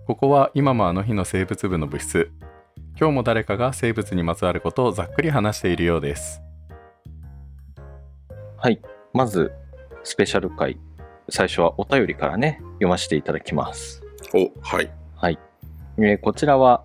ここは今もあの日の生物部の部室。今日も誰かが生物にまつわることをざっくり話しているようです。 はい、まずスペシャル回、最初はお便りからね読ませていただきます。 はい。 はい。こちらは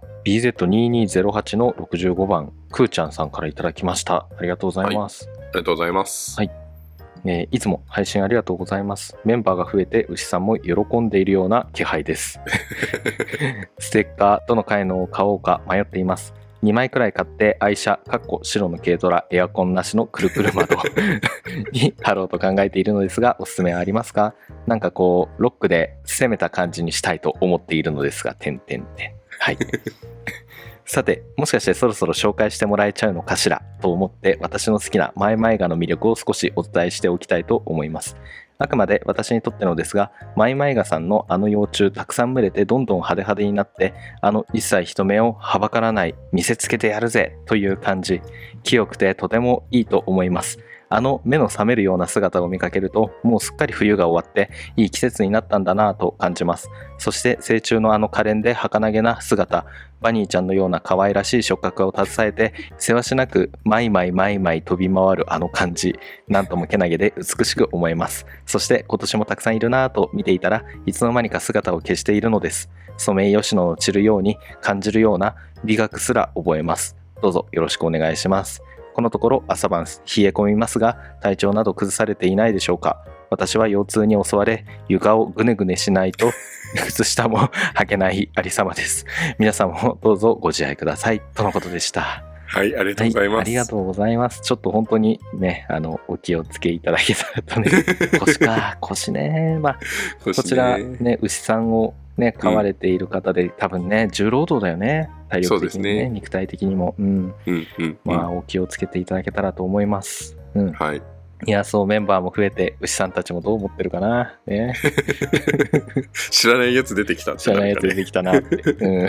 BZ2208 の65番くーちゃんさんからいただきました。ありがとうございます。 ありがとうございます。 はい。いつも配信ありがとうございます。メンバーが増えて牛さんも喜んでいるような気配です。ステッカーどの回のを買おうか迷っています。2枚くらい買って愛車白の軽トラエアコンなしのくるくる窓に貼ろうと考えているのですが、おすすめありますか？なんかこうロックで攻めた感じにしたいと思っているのですが、はい。さて、もしかしてそろそろ紹介してもらえちゃうのかしらと思って、私の好きなマイマイガの魅力を少しお伝えしておきたいと思います。あくまで私にとってのですが、マイマイガさんのあの幼虫たくさん群れてどんどん派手派手になって、一切人目をはばからない見せつけてやるぜという感じ、清くてとてもいいと思います。目の覚めるような姿を見かけると、もうすっかり冬が終わっていい季節になったんだなぁと感じます。そして成虫の可憐で儚げな姿、バニーちゃんのような可愛らしい触覚を携えてせわしなくマイマイ飛び回る感じ、なんともけなげで美しく思えます。そして今年もたくさんいるなぁと見ていたらいつの間にか姿を消しているのです。ソメイヨシノの散るように感じるような美学すら覚えます。どうぞよろしくお願いします。このところ朝晩冷え込みますが、体調など崩されていないでしょうか？私は腰痛に襲われ、床をぐねぐねしないと靴下も履けないありさまです。皆さんもどうぞご自愛くださいとのことでした。 はい、ありがとうございます。 はい、ありがとうございます。ちょっと本当にね、お気をつけいただけたらとね。腰ね。まあ、こちらね、牛さんをね、飼われている方で、多分ね、重労働だよね。体力的にね、肉体的にも。まあ、お気をつけていただけたらと思います。 はい。 いや、そう、メンバーも増えて、牛さんたちもどう思ってるかな。ね。 知らないやつ出てきたって、 知らないやつ出てきたなって。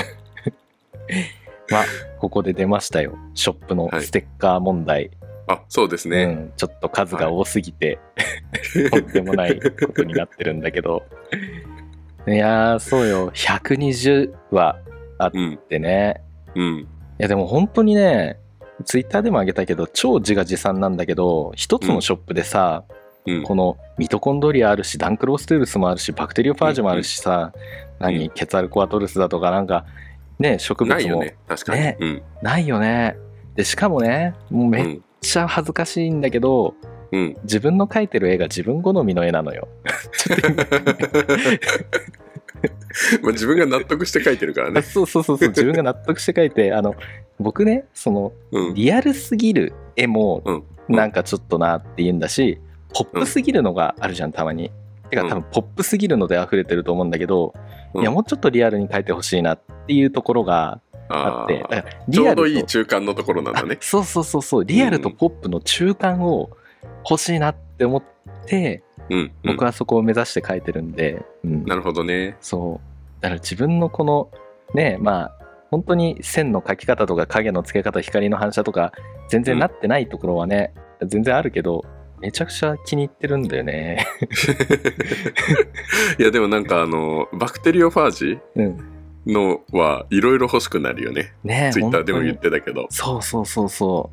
まあ、ここで出ましたよ。ショップのステッカー問題。 あ、そうですね。 ちょっと数が多すぎて、とんでもないことになってるんだけど。いやー、そうよ。120はあってね。いや、でも本当にね、ツイッターでも上げたけど、超自画自賛なんだけど、一つのショップでさ、このミトコンドリアあるし、ダンクロステウスもあるし、バクテリオファージもあるしさ、ケツアルコアトルスだとかなんか、ね、植物もないよね、確かに、 ね、ないよね。でしかもね、もうめっちゃ恥ずかしいんだけど、自分の描いてる絵が自分好みの絵なのよ。 まあ自分が納得して描いてるからね。 そう自分が納得して描いて、僕ね、リアルすぎる絵もなんかちょっとなって言うんだし、ポップすぎるのがあるじゃん、たまに。てか多分ポップすぎるので溢れてると思うんだけど、いやもうちょっとリアルに描いてほしいなっていうところがあって、だからちょうどいい中間のところなんだね。 そうリアルとポップの中間を欲しいなって思って、僕はそこを目指して描いてるんで、 なるほどね。 そうだから自分のこのね、まあ本当に線の描き方とか影の付け方、光の反射とか全然なってないところはね、全然あるけど、めちゃくちゃ気に入ってるんだよね。 いやでもなんかバクテリオファージのはいろいろ欲しくなるよね。ツイッターでも言ってたけど。 そう。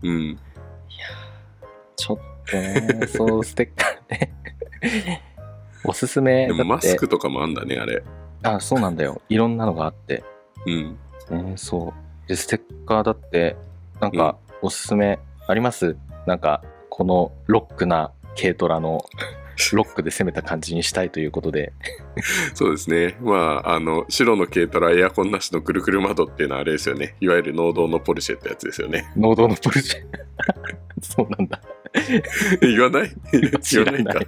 いやちょっとね、そうステッカーね。おすすめだって。 でもマスクとかもあんだね、あれ。 あ、そうなんだよ。いろんなのがあって。そうでステッカーだってなんかおすすめあります？なんかこのロックな軽トラのロックで攻めた感じにしたいということで。 そうですね。まあ白の軽トラエアコンなしのくるくる窓っていうのはあれですよね。いわゆる農道のポルシェってやつですよね。 農道のポルシェ。そうなんだ。 言わない？ 知らないか。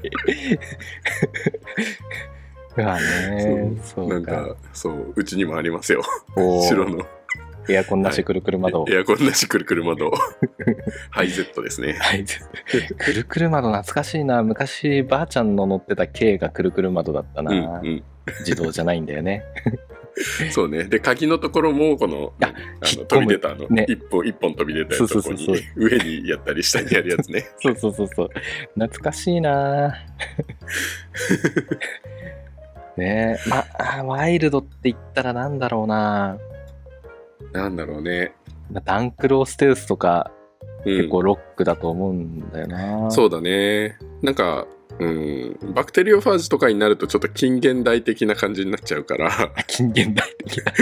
まあね、そうなんかそううちにもありますよ。白のエアコンなしくるくる窓、 エアコンなしくるくる窓ハイゼットですね。 くるくる窓懐かしいな。昔ばあちゃんの乗ってた軽がくるくる窓だったな。自動じゃないんだよね。 そうね。で鍵のところもこの飛び出た一本飛び出たやつとこに上にやったり下にやるやつね。 そう懐かしいな。 ねえ、まあ、ワイルドって言ったらなんだろうな。 なんだろうね。 ダンクローステルスとか、 うん、 結構ロックだと思うんだよな。 そうだね。なんか、バクテリオファージとかになるとちょっと近現代的な感じになっちゃうから。 近現代的な。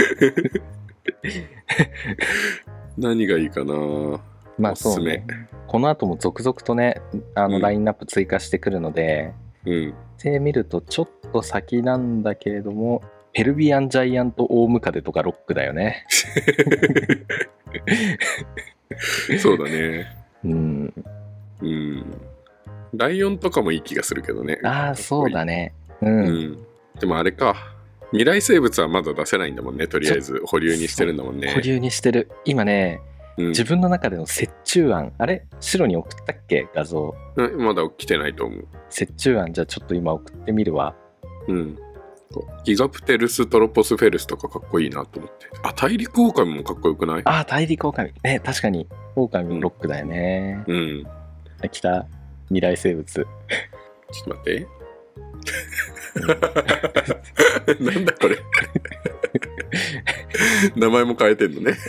何がいいかな。 まあそうね。この後も続々とね、ラインナップ追加してくるので、で見るとちょっと先なんだけれども、ペルビアンジャイアントオウムカデとかロックだよね。 そうだね。 うん。 ライオンとかもいい気がするけどね。 ああ、そうだね。 でもあれか。未来生物はまだ出せないんだもんね。とりあえず保留にしてるんだもんね。 保留にしてる。今ね、自分の中での折衷案、あれ白に送ったっけ画像。 まだ来てないと思う。 折衷案じゃあちょっと今送ってみるわ。 ギガプテルストロポスフェルスとかかっこいいなと思って。あ、大陸オオカミもかっこよくない？ あ、大陸オオカミね、確かにオオカミもロックだよね。来た未来生物。ちょっと待って。なんだこれ。名前も変えてんのね。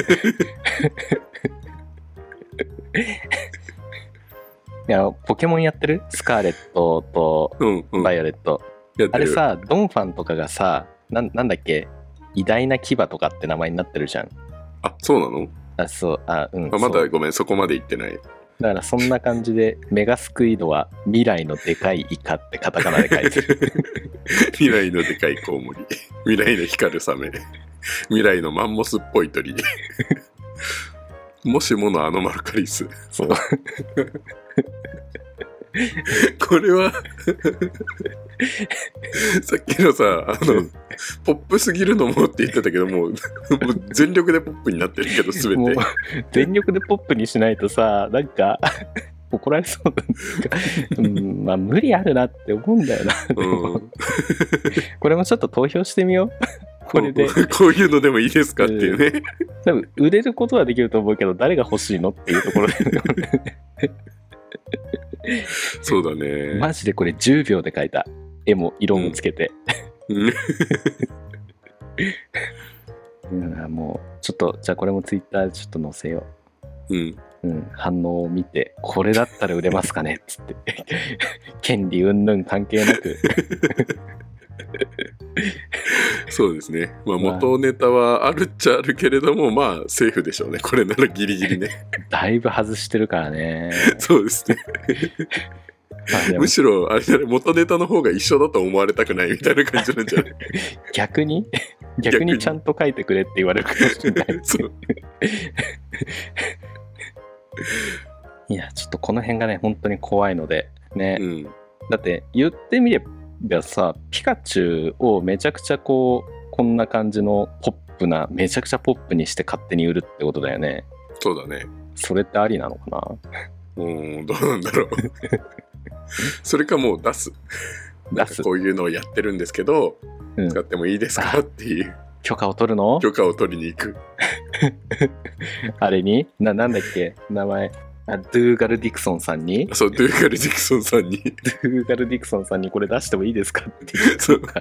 いや、ポケモンやってる？スカーレットとバイオレット。あれさ、ドンファンとかがさ、なんだっけ、偉大な牙とかって名前になってるじゃん。 あ、そうなの？ あ、そう、 まだごめん、そこまで言ってない。 だからそんな感じで、メガスクイードは未来のでかいイカってカタカナで書いてる。 未来のでかいコウモリ。未来の光るサメ。未来のマンモスっぽい鳥。もしものアノマルカリス。 そう。 これはさっきのさ、ポップすぎるのもって言ってたけどもう全力でポップになってるけど、すべて全力でポップにしないとさ、なんか怒られそうなんですが、まあ無理あるなって思うんだよな。これもちょっと投票してみよう。これでこういうのでもいいですかっていうね。 多分売れることはできると思うけど、誰が欲しいのっていうところでそうだね。 マジでこれ10秒で描いた絵も色もつけて、もうちょっとじゃあこれもツイッターでちょっと載せよう。反応を見て、これだったら売れますかねっつって。権利云々関係なく。 そうですね。まあ元ネタはあるっちゃあるけれども、まあセーフでしょうね。これならギリギリね。 だいぶ外してるからね。 そうですね。むしろあれだね、元ネタの方が一緒だと思われたくないみたいな感じなんじゃない？ 逆にちゃんと書いてくれって言われるかもしれない。そう。いや、ちょっとこの辺がね、本当に怖いのでね。だって言ってみればさ、ピカチュウをめちゃくちゃこんな感じのポップな、めちゃくちゃポップにして勝手に売るってことだよね。 そうだね。 それってありなのかな？ どうなんだろう。それかもう出す。こういうのをやってるんですけど、使ってもいいですかっていう。 許可を取るの？ 許可を取りに行く。 あれになんだっけ名前。ドゥーガル・ディクソンさんに？ そう、ドゥーガル・ディクソンさんに。 ドゥーガル・ディクソンさんにこれ出してもいいですかっていう。そうか。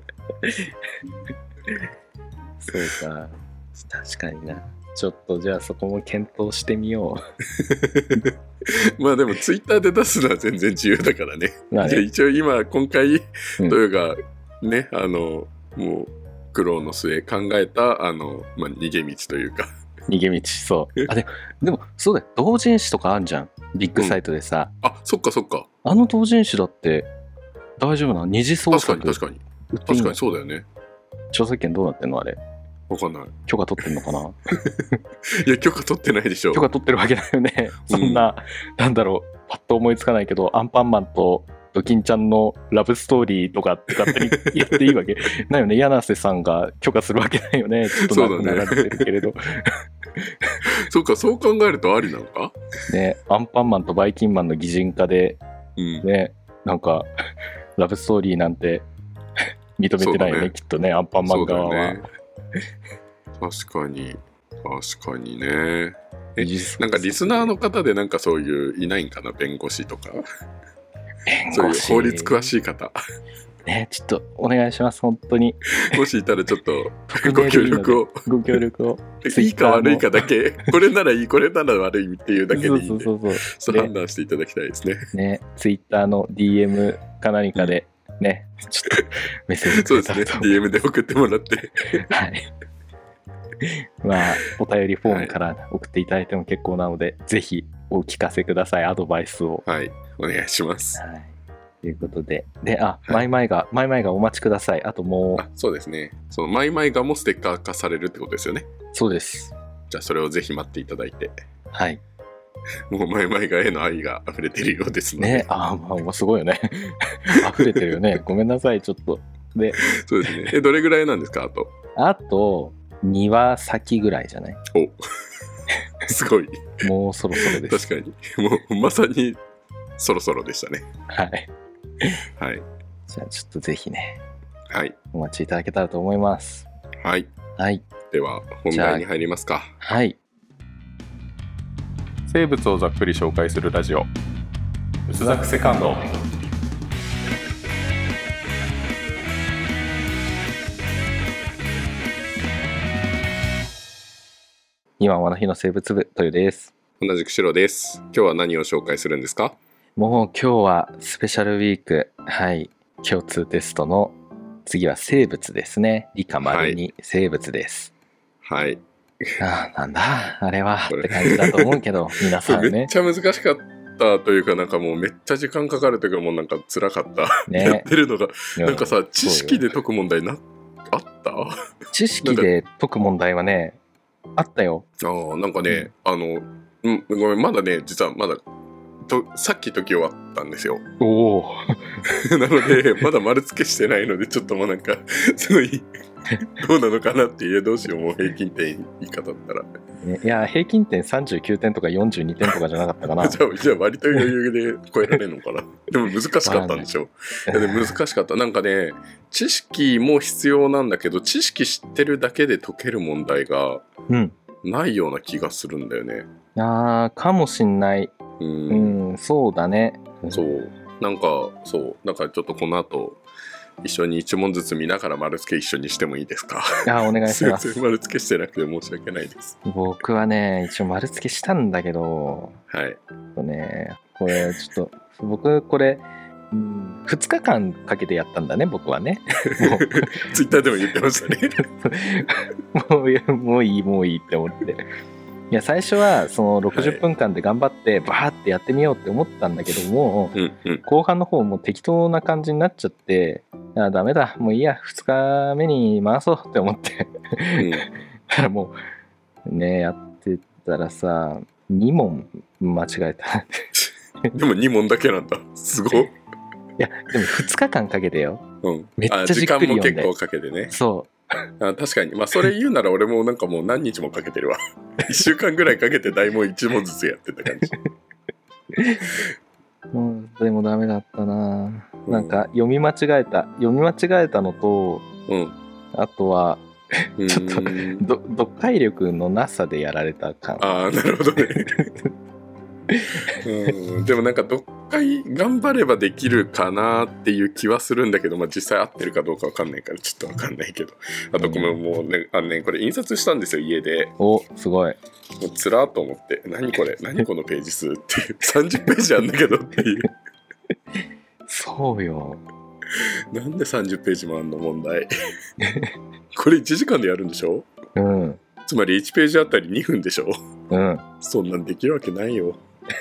そうか。確かにな。ちょっとじゃあそこも検討してみよう。まあでもツイッターで出すのは全然自由だからね。じゃあ一応今回トヨがね、もう苦労の末考えた逃げ道というか。 逃げ道、そう。あ、でもそうだよ。同人誌とかあんじゃん。ビッグサイトでさ。 あ、そっかそっか。 あの同人誌だって大丈夫な？二次創作。 確かにそうだよね。 著作権どうなってんのあれ？ わかんない。 許可取ってんのかな？ いや、許可取ってないでしょ。 許可取ってるわけだよね。そんな、なんだろう、パッと思いつかないけど、アンパンマンとドキンちゃんのラブストーリーとかって勝手にやっていいわけないよね。柳瀬さんが許可するわけないよね。ちょっと長くなられてるけれど。 そうか、そう考えるとありなのかね。アンパンマンとバイキンマンの擬人化で、ね、なんか、ラブストーリーなんて認めてないよね、きっとね、アンパンマン側は。 確かにね。なんかリスナーの方でなんかそういういないんかな、弁護士とか。そういう法律詳しい方。 ね、ちょっとお願いします、本当に。 もしいたらちょっと匿ご協名でいいので力を。 ご協力を。 いいか悪いかだけ、これならいい、これなら悪いっていうだけでいいんで、 そうそう判断していただきたいですね。 ね、ツイッターの DM か何かでね、ちょっとメッセージそうですね。 くれたらと。 DM で送ってもらって。 はい。まあ、お便りフォームから送っていただいても結構なので、ぜひお聞かせください、アドバイスを。 はい。お願いします。 はい。ということで、で、 いマイマイがお待ちください。あともう、 そうですね。そのマイマイガもステッカー化されるってことですよね。 そうです。 じゃあそれをぜひ待っていただいて。 はい。 もうマイマイガへの愛が溢れているようですので。 ね、まあ、すごいよね。溢れてるよね。ごめんなさい、ちょっと。で、 そうですね。どれぐらいなんですか、あと。 あと、2話先ぐらいじゃない？ おすごい。 もうそろそろです。 確かに。もうまさにそろそろでしたね。 はい。 はい。 じゃあ、ちょっとぜひね、 はい。 お待ちいただけたらと思います。 はい。 はい。 では、本題に入りますか。 はい。 生物をざっくり紹介するラジオ、薄ザクセカンド。 今はの日の生物部、豊です。 同じく白です。今日は何を紹介するんですか？ もう今日はスペシャルウィーク。はい。共通テストの次は生物ですね。理科丸に生物です。 はい。 なんだ、あれはって感じだと思うけど、皆さんね。 めっちゃ難しかったというか、なんかもうめっちゃ時間かかるというか、もうなんか辛かった。 ね、 やってるのが、 いやなんかさ、知識で解く問題あった知識で解く問題はね、あったよ。 なんかね、ごめん、まだね、実はまだ、さっき解き終わったんですよ。 おお。 なので、まだ丸付けしてないので、ちょっともうなんか、すごい、どうなのかなっていう、どうしよう、もう平均点以下だったら。 いや、平均点39点とか42点とかじゃなかったかな。 じゃあ割と余裕で超えられるのかな。でも難しかったんでしょ。いやでも難しかった。なんかね、知識も必要なんだけど、知識知ってるだけで解ける問題がないような気がするんだよね。 かもしんない。そうだね。 そう。なんかちょっとこの後、一緒に1問ずつ見ながら丸付け一緒にしてもいいですか？ お願いします。 すいません、丸付けしてなくて申し訳ないです。 僕はね、一応丸付けしたんだけど、 はい。 これちょっと、僕これ、2日間かけてやったんだね、僕はね。 ツイッターでも言ってましたね。 もういいって思って。いや、最初はその60分間で頑張ってバーってやってみようって思ったんだけども、後半の方も適当な感じになっちゃって、ダメだ、もういいや、2日目に回そうって思って。だからもう、ね、やってたらさ、2問間違えた。 でも2問だけなんだ。すごい。 いや、でも2日間かけてよ。めっちゃじ時っくり読んで。 間も結構かけてね。 そう。 確かに。まあそれ言うなら俺もなんかもう何日もかけてるわ。1週間ぐらいかけて大問1問ずつやってた感じ。 でもダメだったな。なんか読み間違えたのと、あとはちょっと読解力のなさでやられた感。 なるほどね。でもなんか読解頑張ればできるかなっていう気はするんだけど、実際合ってるかどうかわかんないからちょっとわかんないけど、あともうね、これ印刷したんですよ、家で。 すごい。 もうつらーと思って、何このページ数っていう30ページあんだけどっていう。 そうよ。 なんで30ページもあんの問題。これ1時間でやるんでしょ？つまり1ページあたり2分でしょ？そんなんできるわけないよ。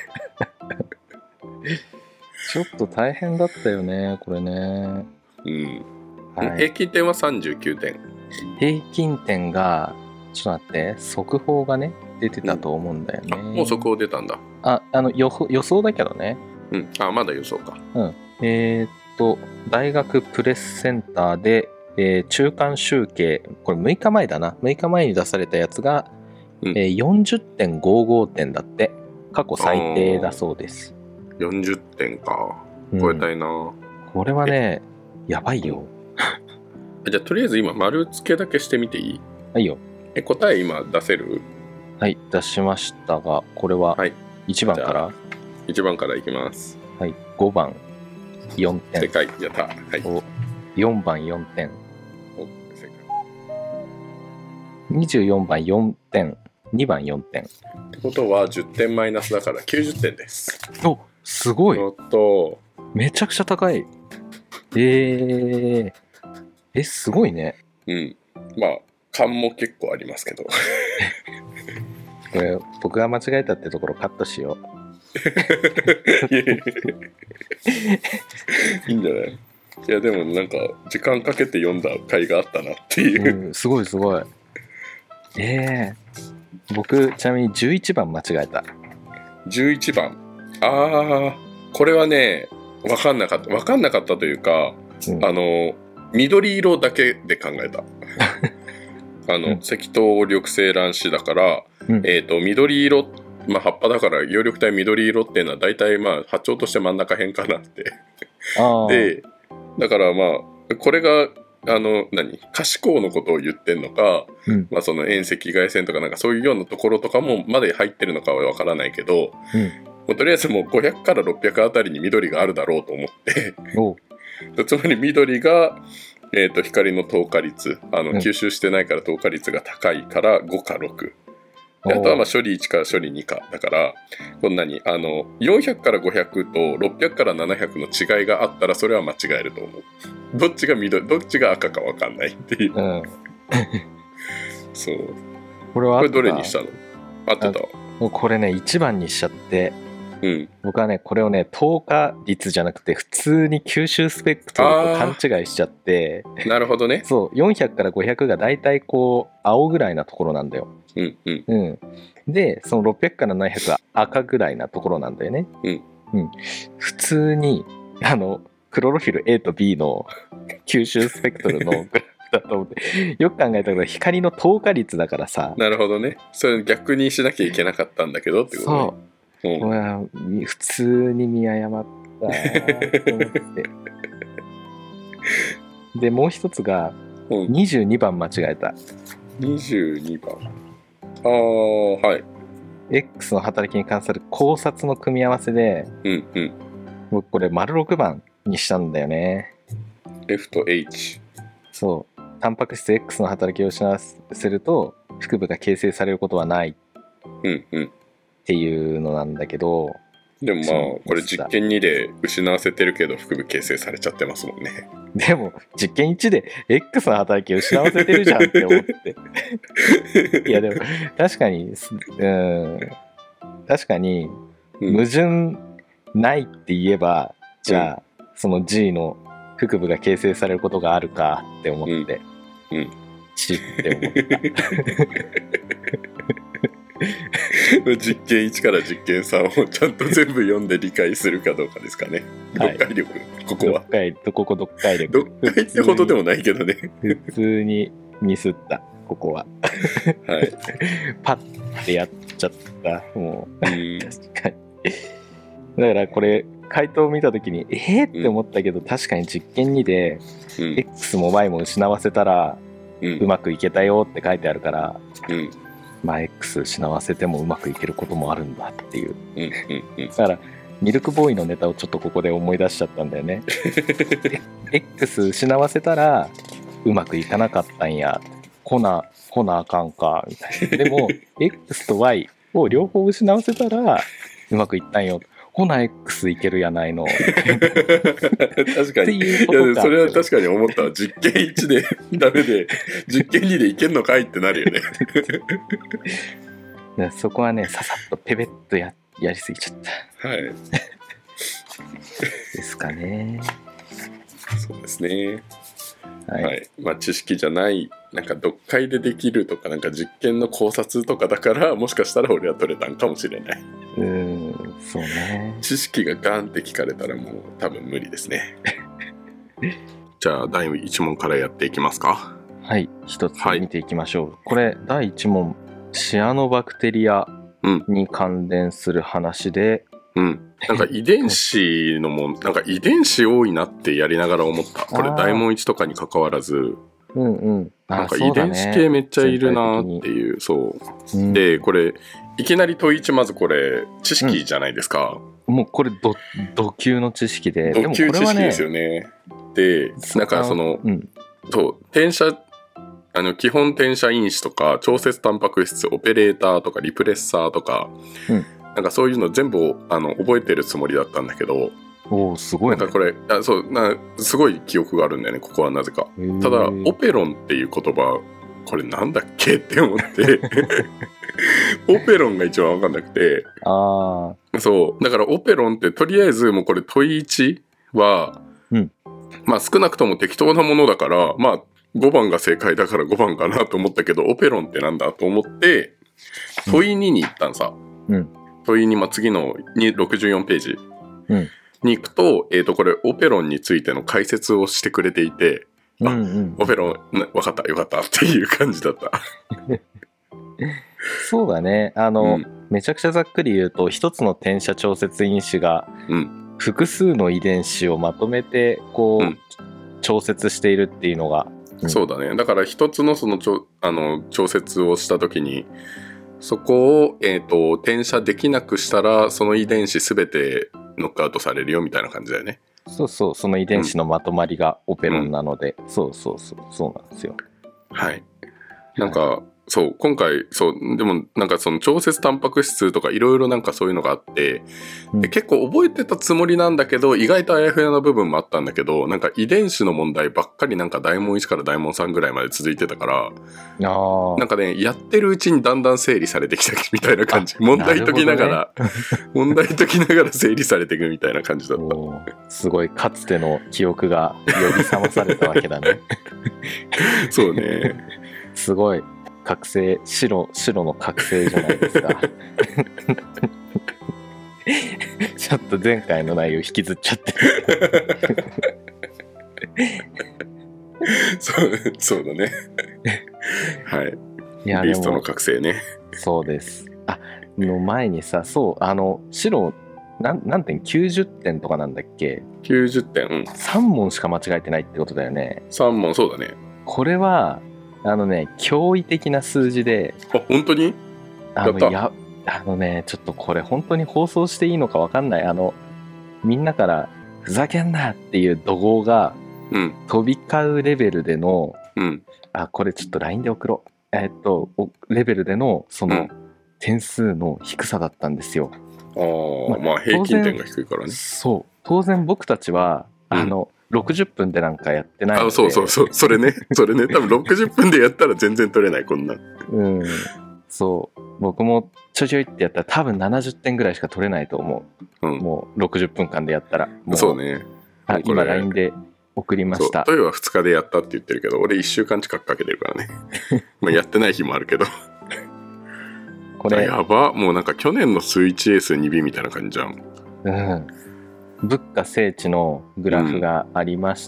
ちょっと大変だったよね、これね。 平均点は39点。 平均点が、ちょっと待って、速報がね、出てたと思うんだよね。 もう速報出たんだ。 予想だけどね。 まだ予想か。 大学プレスセンターで、中間集計、これ6日前だな。6日前に出されたやつが、40.55 点だって。過去最低だそうです。 40点か。超えたいな。 これはね、やばいよ。 じゃあとりあえず今丸付けだけしてみていい？ はいよ。 答え今出せる？ はい、出しましたが、これは1番から、 1番からいきます。 はい、5番4点。 正解、やった。はい。 4番4点。 お正解。 24番4点。2番4点。 ってことは10点マイナスだから90点です。 お、すごい。めちゃくちゃ高い。すごいね。 うん。まあ勘も結構ありますけど。 これ僕が間違えたってところカットしよう。 いいんじゃない？いやでもなんか時間かけて読んだ甲斐があったなっていう、 うん、すごいすごい。僕ちなみに11番間違えた。 11番。これはね分かんなかったというか、緑色だけで考えた。赤頭緑青卵子だから、緑色、葉っぱだから葉緑体緑色っていうのは大体波長として真ん中辺かなってでだからこれが可視光のことを言ってんのか、その遠赤外線とかなんかそういうようなところとかもまで入ってるのかは分からないけど、もうとりあえずもう500から600あたりに緑があるだろうと思ってつまり緑が光の透過率吸収してないから透過率が高いから5か6であとは処理1か処理2かだからこんなに400から500と600から700の違いがあったらそれは間違えると思う。どっちが緑どっちが赤か分かんないっていう、そうこれどれにしたの？合ってた？ もうこれね1番にしちゃって、僕はねこれをね透過率じゃなくて普通に吸収スペクトルと勘違いしちゃって。 なるほどね。 そう400から500がだいたいこう青ぐらいなところなんだよ。でその600から700が赤ぐらいなところなんだよね。普通にクロロフィル A と B の吸収スペクトルのグラフだと思ってよく考えたら光の透過率だからさ。 なるほどね。それ逆にしなきゃいけなかったんだけどってことね。 そう、普通に見誤ったと思ってでもう一つが22番間違えた。 22番はい。 X の働きに関する考察の組み合わせで、僕これ丸6番にしたんだよね。 F と H。 そうタンパク質 X の働きを失わせると腹部が形成されることはないっていうのなんだけど、 でもこれ実験2で失わせてるけど腹部形成されちゃってますもんね。 でも実験1で X の働きを失わせてるじゃんって思っていやでも確かに矛盾ないって言えばじゃあ、その G の腹部が形成されることがあるかって思って、チって思った実験1から実験3をちゃんと全部読んで理解するかどうかですかね。読解力、ここは読解力読解ってほどでもないけどね。 普通にミスったここははいパッてやっちゃったもう確かに。だからこれ回答を見たときにって思ったけど、確かに実験2で、X も Y も失わせたら、うまくいけたよって書いてあるから、X 失わせてもうまくいけることもあるんだっていう、だからミルクボーイのネタをちょっとここで思い出しちゃったんだよねX 失わせたらうまくいかなかったんや、来なあかんかみたいな。でもX と Y を両方失わせたらうまくいったんよ、ほな X いけるやないの確かに。いやそれは確かに思った。実験1でダメで実験2でいけんのかいってなるよねそこはねささっとペペッとやりすぎちゃった。 はいですかね。 そうですね。はい。知識じゃないなんか読解でできるとかなんか実験の考察とかだからもしかしたら俺は取れたんかもしれない。 そうね。 知識がガンって聞かれたらもう多分無理ですね。じゃあ第1問からやっていきますか。 はい、一つ見ていきましょう。これ第1問シアノバクテリアに関連する話で、 なんか遺伝子のもなんか遺伝子多いなってやりながら思った。これ大問1とかに関わらずなんか遺伝子系めっちゃいるなっていう。そうでこれいきなり問い1まずこれ知識じゃないですか。 もうこれ土級の知識で。 土級知識ですよね。 でなんかその、そう転写基本転写因子とか調節タンパク質オペレーターとかリプレッサーとか、なんかそういうの全部覚えてるつもりだったんだけど、 おすごい、ね、 なんかこれすごい記憶があるんだよね、ここはなぜか。ただオペロンっていう言葉これなんだっけって思ってオペロンが一番分かんなくて、そうだからオペロンってとりあえずもうこれ問い1は、まあ少なくとも適当なものだからまあ5番が正解だから5番かなと思ったけど、オペロンってなんだと思って問い2に行ったんさ、問い2、次の64ページに行くと、これオペロンについての解説をしてくれていて、オペロン分かったよかったっていう感じだったそうだね、めちゃくちゃざっくり言うと一つの転写調節因子が複数の遺伝子をまとめてこう、調節しているっていうのが、 そうだね。だから一つのその調節をした時にそこを、転写できなくしたらその遺伝子すべてノックアウトされるよみたいな感じだよね。 そうそう、その遺伝子のまとまりがオペロンなので、そうなんですよ。 はい。なんか、そう今回でもなんかその調節タンパク質とかいろいろなんかそういうのがあって、で結構覚えてたつもりなんだけど意外とあやふやな部分もあったんだけど、なんか遺伝子の問題ばっかりなんか大問1から大問3ぐらいまで続いてたから、なんかねやってるうちにだんだん整理されてきたみたいな感じ。問題解きながら問題解きながら整理されていくみたいな感じだった。 すごいかつての記憶が呼び覚まされたわけだねそうねすごい覚醒、白の覚醒じゃないですかちょっと前回の内容引きずっちゃってそうだねはい。 いやリストの覚醒ね。 そうです。の前にさ、白何点90点とかなんだっけ。 90点、 3問しか間違えてないってことだよね。 3問、そうだね。 これは驚異的な数字で、 本当にちょっとこれ本当に放送していいのか分かんない。みんなからふざけんなっていう怒号が飛び交うレベルでの、これちょっと LINE で送ろう。レベルでのその点数の低さだったんですよ。 まあ平均点が低いからね。 そう、当然僕たちは60分でなんかやってないので。 そうそれね多分60分でやったら全然取れないこんな。 そう僕もちょいってやったら多分70点ぐらいしか取れないと思う。もう60分間でやったらもう。 そうね。 今 LINE で送りました。 トヨは2日でやったって言ってるけど俺1週間近くかけてるからねまあやってない日もあるけどこれやば、もうなんか去年のスイッチエース 2B みたいな感じじゃん。 物価聖地のグラフがありまして、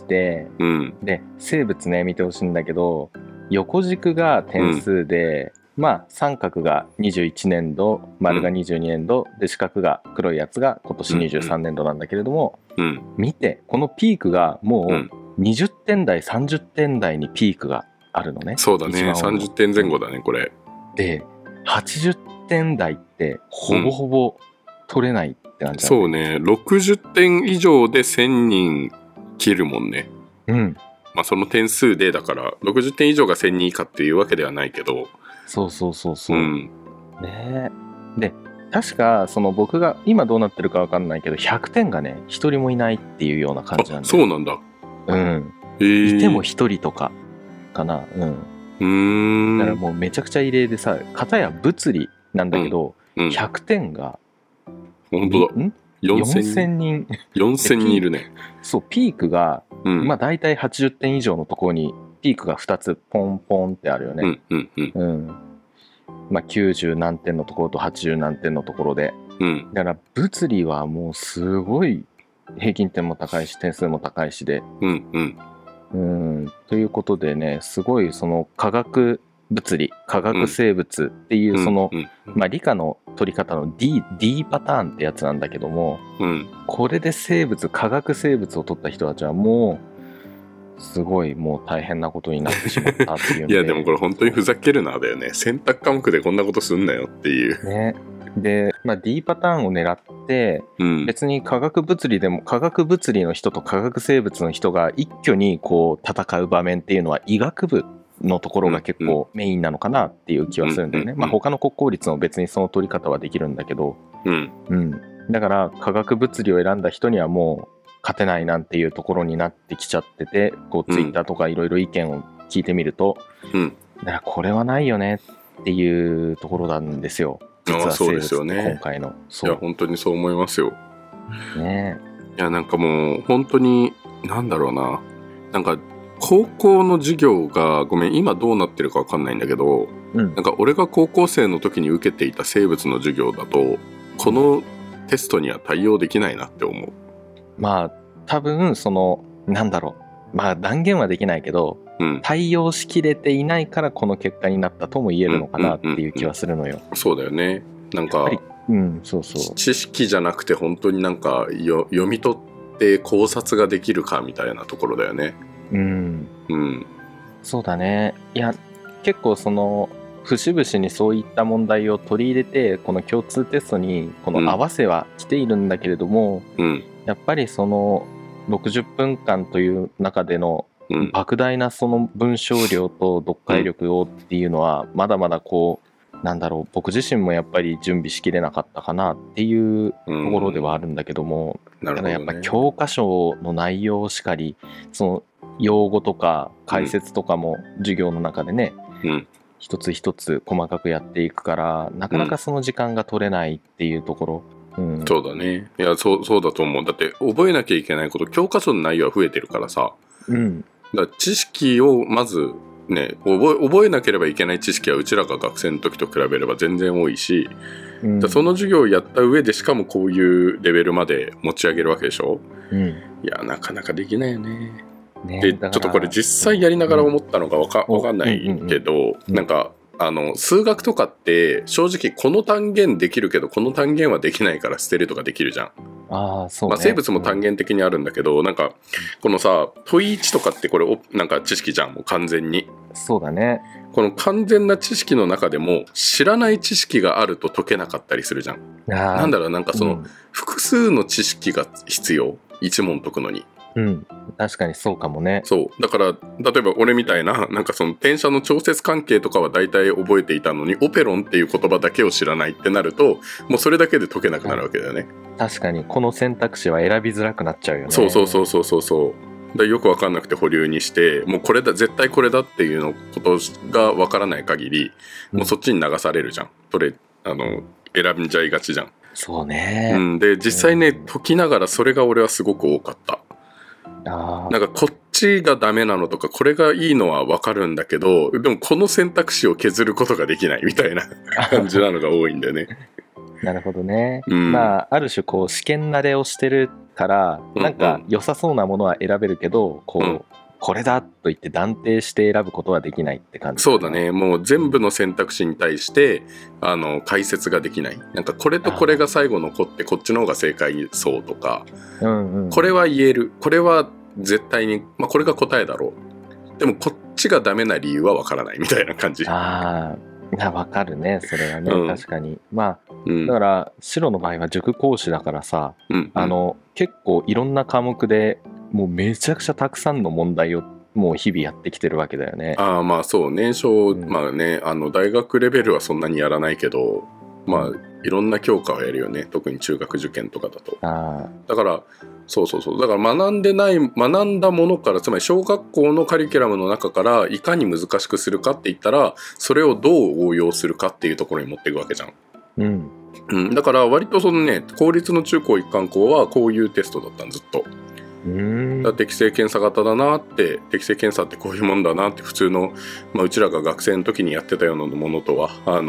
で生物ね見てほしいんだけど、横軸が点数で、三角が21年度丸が22年度で四角が黒いやつが今年23年度なんだけれども、見てこのピークがもう20点台30点台にピークがあるのね。 そうだね、30点前後だねこれで。 80点台ってほぼほぼ取れないってなんじゃない？ そうね、60点以上で1000人切るもんね。その点数でだから60点以上が1000人以下っていうわけではないけど。 そうね。で確かその僕が今どうなってるか分かんないけど100点がね一人もいないっていうような感じなんで。 そうなんだ。 いても一人とかかな。だからもうめちゃくちゃ異例でさ、片や物理なんだけど、100点が本当だ4000人いるね。 そう、ピークが、だいたい80点以上のところにピークが2つポンポンってあるよね。90何点のところと80何点のところで、だから物理はもうすごい平均点も高いし点数も高いしで、ということでね、すごいその化学物理化学生物っていうその、理科の取り方の D パターンってやつなんだけども、これで化学生物を取った人たちはもうすごいもう大変なことになってしまったっていういやでもこれ本当にふざけるなだよね。選択科目でこんなことすんなよっていうね。 で、D パターンを狙って、別に化学物理でも化学物理の人と化学生物の人が一挙にこう戦う場面っていうのは医学部のところが結構メインなのかなっていう気はするんだよね。他の国公立も別にその取り方はできるんだけど、だから化学物理を選んだ人にはもう勝てないなんていうところになってきちゃってて、こうツイッターとかいろいろ意見を聞いてみると、だからこれはないよねっていうところなんですよ。実はそうですよね。 今回の。 いや本当にそう思いますよ。 ね。 いやなんかもう本当になんだろうな、なんか高校の授業がごめん今どうなってるかわかんないんだけど、なんか俺が高校生の時に受けていた生物の授業だとこのテストには対応できないなって思う。 多分そのなんだろう、断言はできないけど、対応しきれていないからこの結果になったとも言えるのかなっていう気はするのよ。 そうだよね。なんかそうそう、 知識じゃなくて本当になんか読み取って考察ができるかみたいなところだよね。 そうだね。いや結構その節々にそういった問題を取り入れてこの共通テストにこの合わせは来ているんだけれども、やっぱりその60分間という中での莫大なその文章量と読解力をっていうのはまだまだこうなんだろう、僕自身もやっぱり準備しきれなかったかなっていうところではあるんだけども、ただやっぱ教科書の内容しかりその用語とか解説とかも授業の中でね、一つ一つ細かくやっていくからなかなかその時間が取れないっていうところ、 そうだね。いやそうだと思う。だって覚えなきゃいけないこと教科書の内容は増えてるからさ、だから知識をまずね覚えなければいけない知識はうちらが学生の時と比べれば全然多いし、その授業をやった上でしかもこういうレベルまで持ち上げるわけでしょ。いやなかなかできないよね。でちょっとこれ実際やりながら思ったのがわかんないけど、なんか数学とかって正直この単元できるけどこの単元はできないから捨てるとかできるじゃん。 そうね。 生物も単元的にあるんだけど、なんかこのさ問1とかってこれなんか知識じゃん、もう完全に。 そうだね。 この完全な知識の中でも知らない知識があると解けなかったりするじゃん。なんだろう、なんかその複数の知識が必要、一問解くのに。 確かにそうかもね。 そうだから例えば俺みたいななんかその転写の調節関係とかは大体覚えていたのにオペロンっていう言葉だけを知らないってなるともうそれだけで解けなくなるわけだよね。 確かにこの選択肢は選びづらくなっちゃうよね。 そうだよく分かんなくて保留にしてもうこれだ絶対これだっていうのことが分からない限り、もうそっちに流されるじゃん。選んじゃいがちじゃん。 そうね。 で実際ね解きながらそれが俺はすごく多かった。なんかこっちがダメなのとかこれがいいのは分かるんだけどでもこの選択肢を削ることができないみたいな感じなのが多いんだよね。 なるほどね。ある種こう試験慣れをしてるからなんか良さそうなものは選べるけどこれだと言って断定して選ぶことはできないって感じ。そうだね。もう全部の選択肢に対して解説ができない。なんかこれとこれが最後残ってこっちの方が正解そうとか、これは言える、これは絶対に、これが答えだろう、でもこっちがダメな理由はわからないみたいな感じ。わかるねそれはね、確かに。だから白の場合は塾講師だからさ、結構いろんな科目でもうめちゃくちゃたくさんの問題をもう日々やってきてるわけだよね。そうね。大学レベルはそんなにやらないけどいろんな教科をやるよね、特に中学受験とかだと。だからだから学んだものから、つまり小学校のカリキュラムの中からいかに難しくするかって言ったらそれをどう応用するかっていうところに持っていくわけじゃん。だから割とそのね公立の中高一貫校はこういうテストだったんずっと。だ適正検査型だなって、適正検査ってこういうもんだなって普通の、うちらが学生の時にやってたようなものとは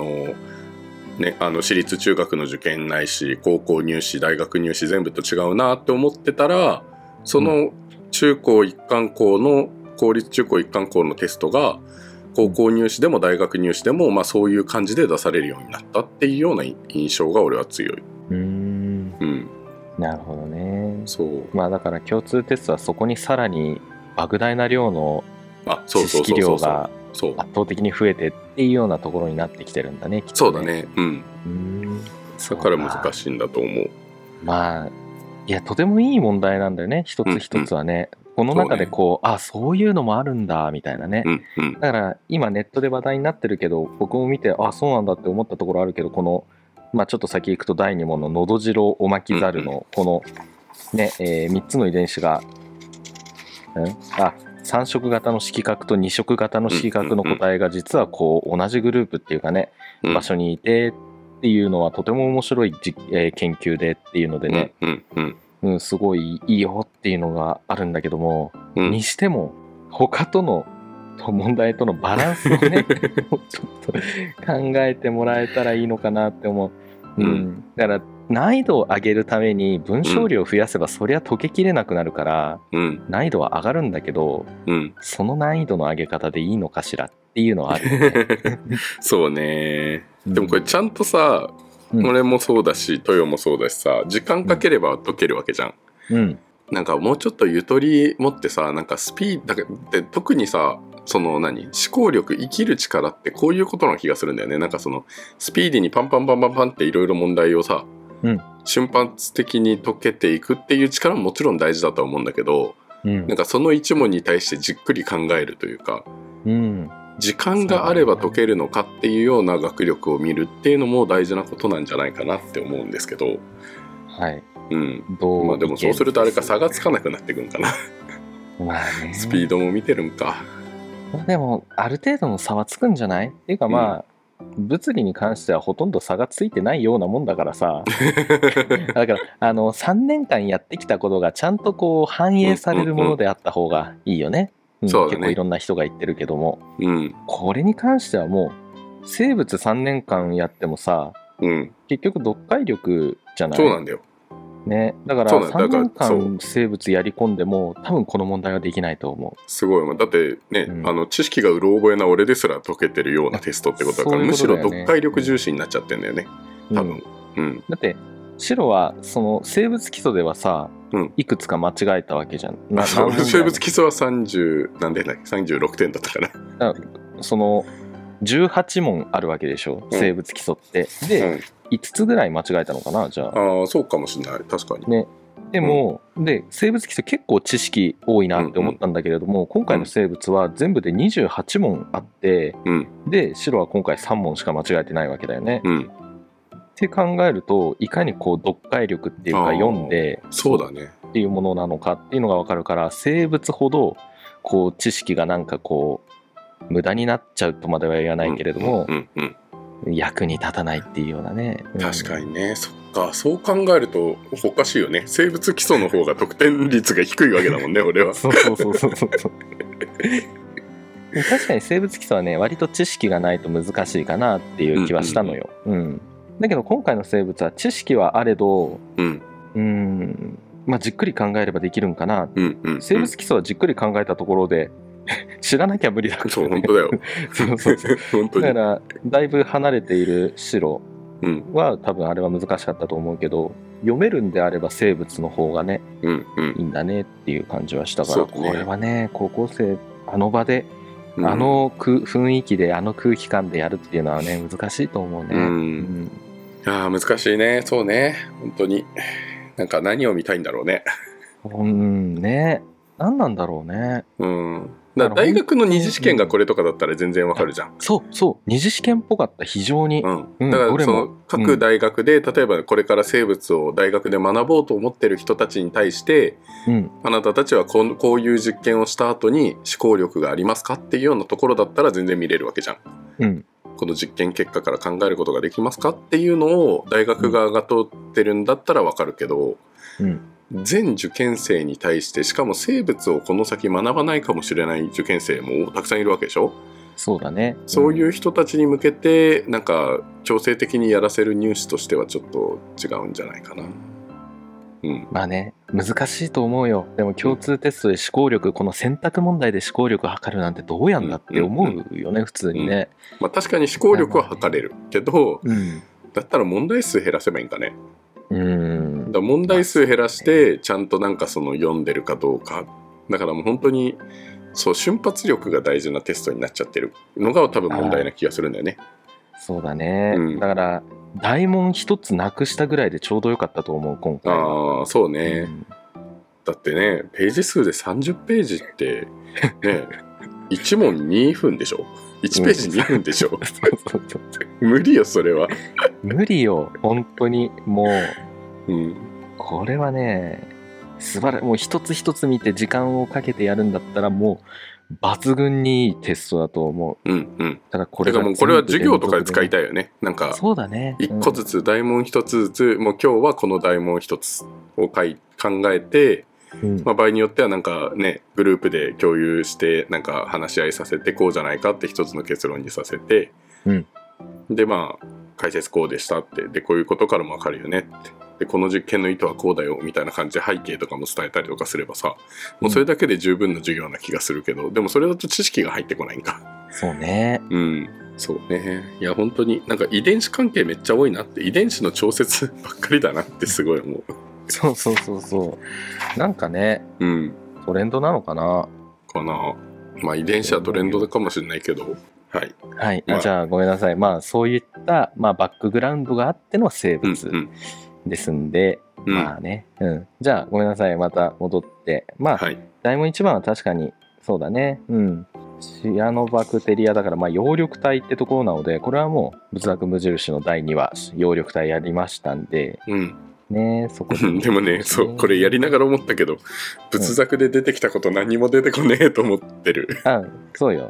私立中学の受験ないし高校入試大学入試全部と違うなって思ってたら、その中高一貫校の公立中高一貫校のテストが高校入試でも大学入試でもそういう感じで出されるようになったっていうような印象が俺は強い。なるほどね。だから共通テストはそこにさらに莫大な量の知識量が圧倒的に増えてっていうようなところになってきてるんだね、きっとね。そうだね。 だから難しいんだと思う。 まあいやとてもいい問題なんだよね、一つ一つはね、この中でこう、そういうのもあるんだみたいなね、だから今ネットで話題になってるけど、僕も見てそうなんだって思ったところあるけど、このちょっと先行くと第2問ののどじろおまきザルのこのね、3つの遺伝子が3色型の色角と2色型の色角の個体が実はこう同じグループっていうかね、場所にいてっていうのはとても面白い研究でっていうのでね、すごいいいよっていうのがあるんだけども、にしても他との問題とのバランスをねもうちょっと考えてもらえたらいいのかなって思う。だから難易度を上げるために文章量を増やせばそりゃ解けきれなくなるから、難易度は上がるんだけど、その難易度の上げ方でいいのかしらっていうのはあるよねそうね。でもこれちゃんとさ、俺もそうだし豊もそうだしさ、時間かければ解けるわけじゃん。なんかもうちょっとゆとり持ってさ、なんかスピードだって特にさ、その思考力、生きる力ってこういうことな気がするんだよね。なんかそのスピーディーにパンパンパンパンパンっていろいろ問題をさ、瞬発的に解けていくっていう力ももちろん大事だとは思うんだけど、なんかその一問に対してじっくり考えるというか、時間があれば解けるのかっていうような学力を見るっていうのも大事なことなんじゃないかなって思うんですけど、でもそうするとあれか、差がつかなくなってくるんかなスピードも見てるんか。 でもある程度の差はつくんじゃないっていうか、物理に関してはほとんど差がついてないようなもんだからさだから3年間やってきたことがちゃんとこう反映されるものであった方がいいよね。結構いろんな人が言ってるけども、これに関してはもう生物3年間やってもさ、結局読解力じゃない。 そうなんだよね、だから3年間生物やり込んでも多分この問題はできないと思う。 すごい。だってね、知識がうろ覚えな俺ですら解けてるようなテストってことだから、むしろ読解力重視になっちゃってんだよね、多分。 だって白はその生物基礎ではさ、いくつか間違えたわけじゃん。 生物基礎は30何点だっけ、36点だったかな。 その18問あるわけでしょ、生物基礎って。で、5つぐらい間違えたのかな、じゃあ。 そうかもしれない、確かにね。でも、で生物基礎結構知識多いなって思ったんだけれども、今回の生物は全部で28問あって、で白は今回3問しか間違えてないわけだよね。って考えると、いかにこう読解力っていうか読んでそうだねっていうものなのかっていうのが分かるから、生物ほどこう知識がなんかこう無駄になっちゃうとまでは言わないけれども、役に立たないっていうようなね。 確かにね。そっか、そう考えるとおかしいよね。生物基礎の方が得点率が低いわけだもんね俺は。 そう確かに生物基礎はね、割と知識がないと難しいかなっていう気はしたのよ。だけど今回の生物は知識はあれど、じっくり考えればできるんかな。生物基礎はじっくり考えたところで知らなきゃ無理だから、ね。 そう、本当だよ。 本当に。だからだいぶ離れている白は、多分あれは難しかったと思うけど、読めるんであれば生物の方がね、いいんだねっていう感じはしたから、これはね、高校生あの場で雰囲気で空気感でやるっていうのはね、難しいと思うね。 難しいね。そうね、本当に。なんか何を見たいんだろうね。 ね、何なんだろうね。 だから大学の二次試験がこれとかだったら全然わかるじゃん。 そう二次試験っぽかった、非常に。 だからその各大学で、例えばこれから生物を大学で学ぼうと思ってる人たちに対して、あなたたちはこういう実験をした後に思考力がありますかっていうようなところだったら全然見れるわけじゃん。この実験結果から考えることができますかっていうのを大学側が通ってるんだったらわかるけど、全受験生に対して、しかも生物をこの先学ばないかもしれない受験生もたくさんいるわけでしょ。 そうだね。 そういう人たちに向けてなんか強制的にやらせる入試としてはちょっと違うんじゃないかな。 まあね、難しいと思うよ。でも共通テストで思考力、この選択問題で思考力を測るなんてどうやんだって思うよね、普通にね。 確かに思考力は測れるけど、だったら問題数減らせばいいんかね。だ問題数減らしてちゃんとなんかその読んでるかどうか。だからもう本当にそう、瞬発力が大事なテストになっちゃってるのが多分問題な気がするんだよね。 そうだね、だから大問一つなくしたぐらいでちょうどよかったと思う今回は。 ああそうね、だってねページ数で30ページってね1問2分でしょ。1ページ2分でしょ。 そう無理よそれは。 無理よ本当にもう、 うんこれはねもう一つ一つ見て時間をかけてやるんだったらもう抜群にいいテストだと思う。 うんうん。 だからこれがもうこれは授業とかで使いたいよね。なんかそうだね。 1個ずつ大問1つずつ、もう今日はこの大問1つを考えて、まあ、場合によってはなんかねグループで共有してなんか話し合いさせてこうじゃないかって一つの結論にさせて、でまあ解説こうでしたってでこういうことからも分かるよねってでこの実験の意図はこうだよみたいな感じで背景とかも伝えたりとかすればさもうそれだけで十分な授業な気がするけど、でもそれだと知識が入ってこないんか。 そうね。 そうね。いや本当になんか遺伝子関係めっちゃ多いなって遺伝子の調節ばっかりだなってすごい思う。 そうなんかね、トレンドなのかなまあ遺伝子はトレンドかもしれないけどはい、 じゃあごめんなさい。まあそういった、まあ、バックグラウンドがあっての生物ですんで、まあね、じゃあごめんなさい。また戻ってまあ、大問1番は確かにそうだね。シアノバクテリアだから、まあ、葉緑体ってところなのでこれはもう仏作無印の第2話葉緑体やりましたんで、ね、そこででもねそうこれやりながら思ったけど仏作で出てきたこと何も出てこねえと思ってる。 そうよ。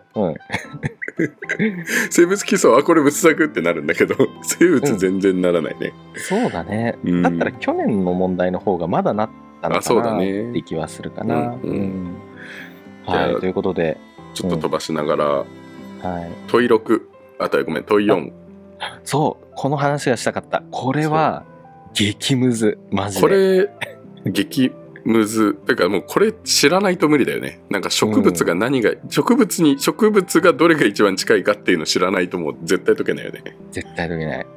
生物基礎これ仏作ってなるんだけど生物全然ならないね。 そうだね。だったら去年の問題の方がまだなったのかなって気はするかな。はいということでちょっと飛ばしながら、問い6ごめん問い4。 そうこの話がしたかった。これは激ムズマジで。 これ激ムズだからもうこれ知らないと無理だよね。なんか植物が植物がどれが一番近いかっていうの知らないともう絶対解けないよね。 絶対解けない。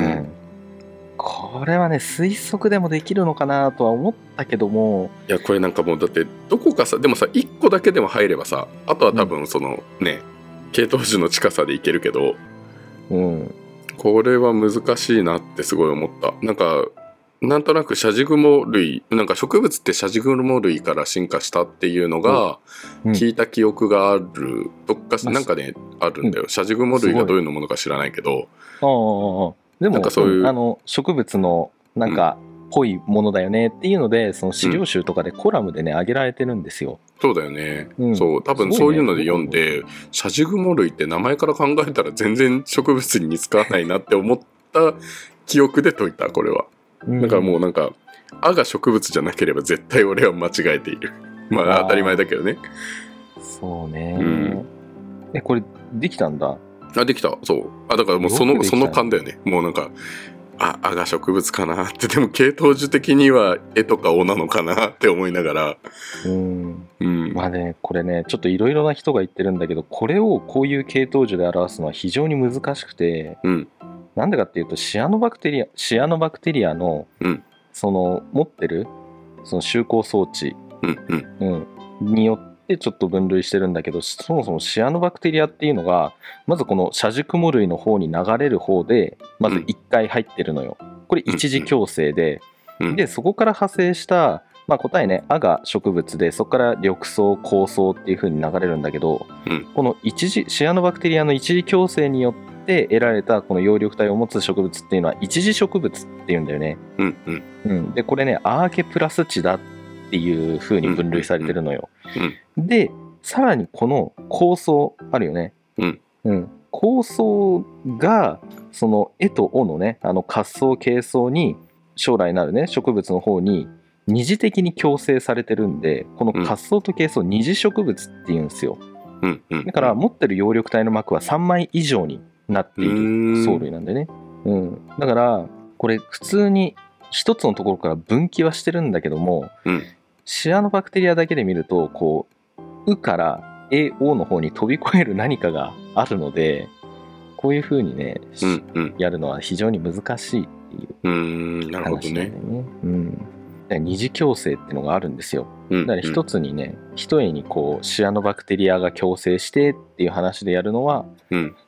これはね推測でもできるのかなとは思ったけども、 いやこれなんかもうだってどこかさでもさ1個だけでも入ればさあとは多分そのね系統樹の近さでいけるけど、これは難しいなってすごい思った。なんとなくシャジグモ類なんか植物ってシャジグモ類から進化したっていうのが聞いた記憶がある、どっかなんかねあるんだよ。シャジグモ類がどういうものか知らないけど、 でもなんかそういう植物のなんかぽいものだよねっていうのでその資料集とかでコラムでね挙げられてるんですよ。 そうだよね。そう多分そういうので読んで、シャジグモ類って名前から考えたら全然植物に似つかわないなって思った記憶で解いたこれは。だからもうなんか「あ」が植物じゃなければ絶対俺は間違えている。まあ当たり前だけどね。 そうね。これできたんだ。 できた。そうだからもうその勘だよね。もうなんか「あ」が植物かなってでも系統樹的には「絵」とか「お」なのかなって思いながらまあねこれねちょっといろいろな人が言ってるんだけどこれをこういう系統樹で表すのは非常に難しくて、なんでかっていうとシアノバクテリアの、その持ってるその集光装置、によってちょっと分類してるんだけどそもそもシアノバクテリアっていうのがまずこのシャジクモ類の方に流れる方でまず1回入ってるのよ。これ一次共生で、でそこから派生したまあ、答えね「あ」が植物でそこから緑藻紅藻っていう風に流れるんだけど、このシアノバクテリアの一次共生によって得られたこの葉緑体を持つ植物っていうのは一次植物っていうんだよね。でこれねアーケプラスチだっていう風に分類されてるのよ。でさらにこの紅藻あるよね。紅藻がその「え」と「お」のね滑走形層に将来なるね植物の方に二次的に共生されてるんでこの滑走と形層二次植物っていうんですよ。だから持ってる葉緑体の膜は3枚以上になっている藻類なんでね。だからこれ普通に一つのところから分岐はしてるんだけども、シアノバクテリアだけで見るとこう「う」から「え」「お」の方に飛び越える何かがあるのでこういう風にね、やるのは非常に難しいっていう話なんだよね。二次共生っていうのがあるんですよ。だから一つにね一重にこうシアノバクテリアが共生してっていう話でやるのは、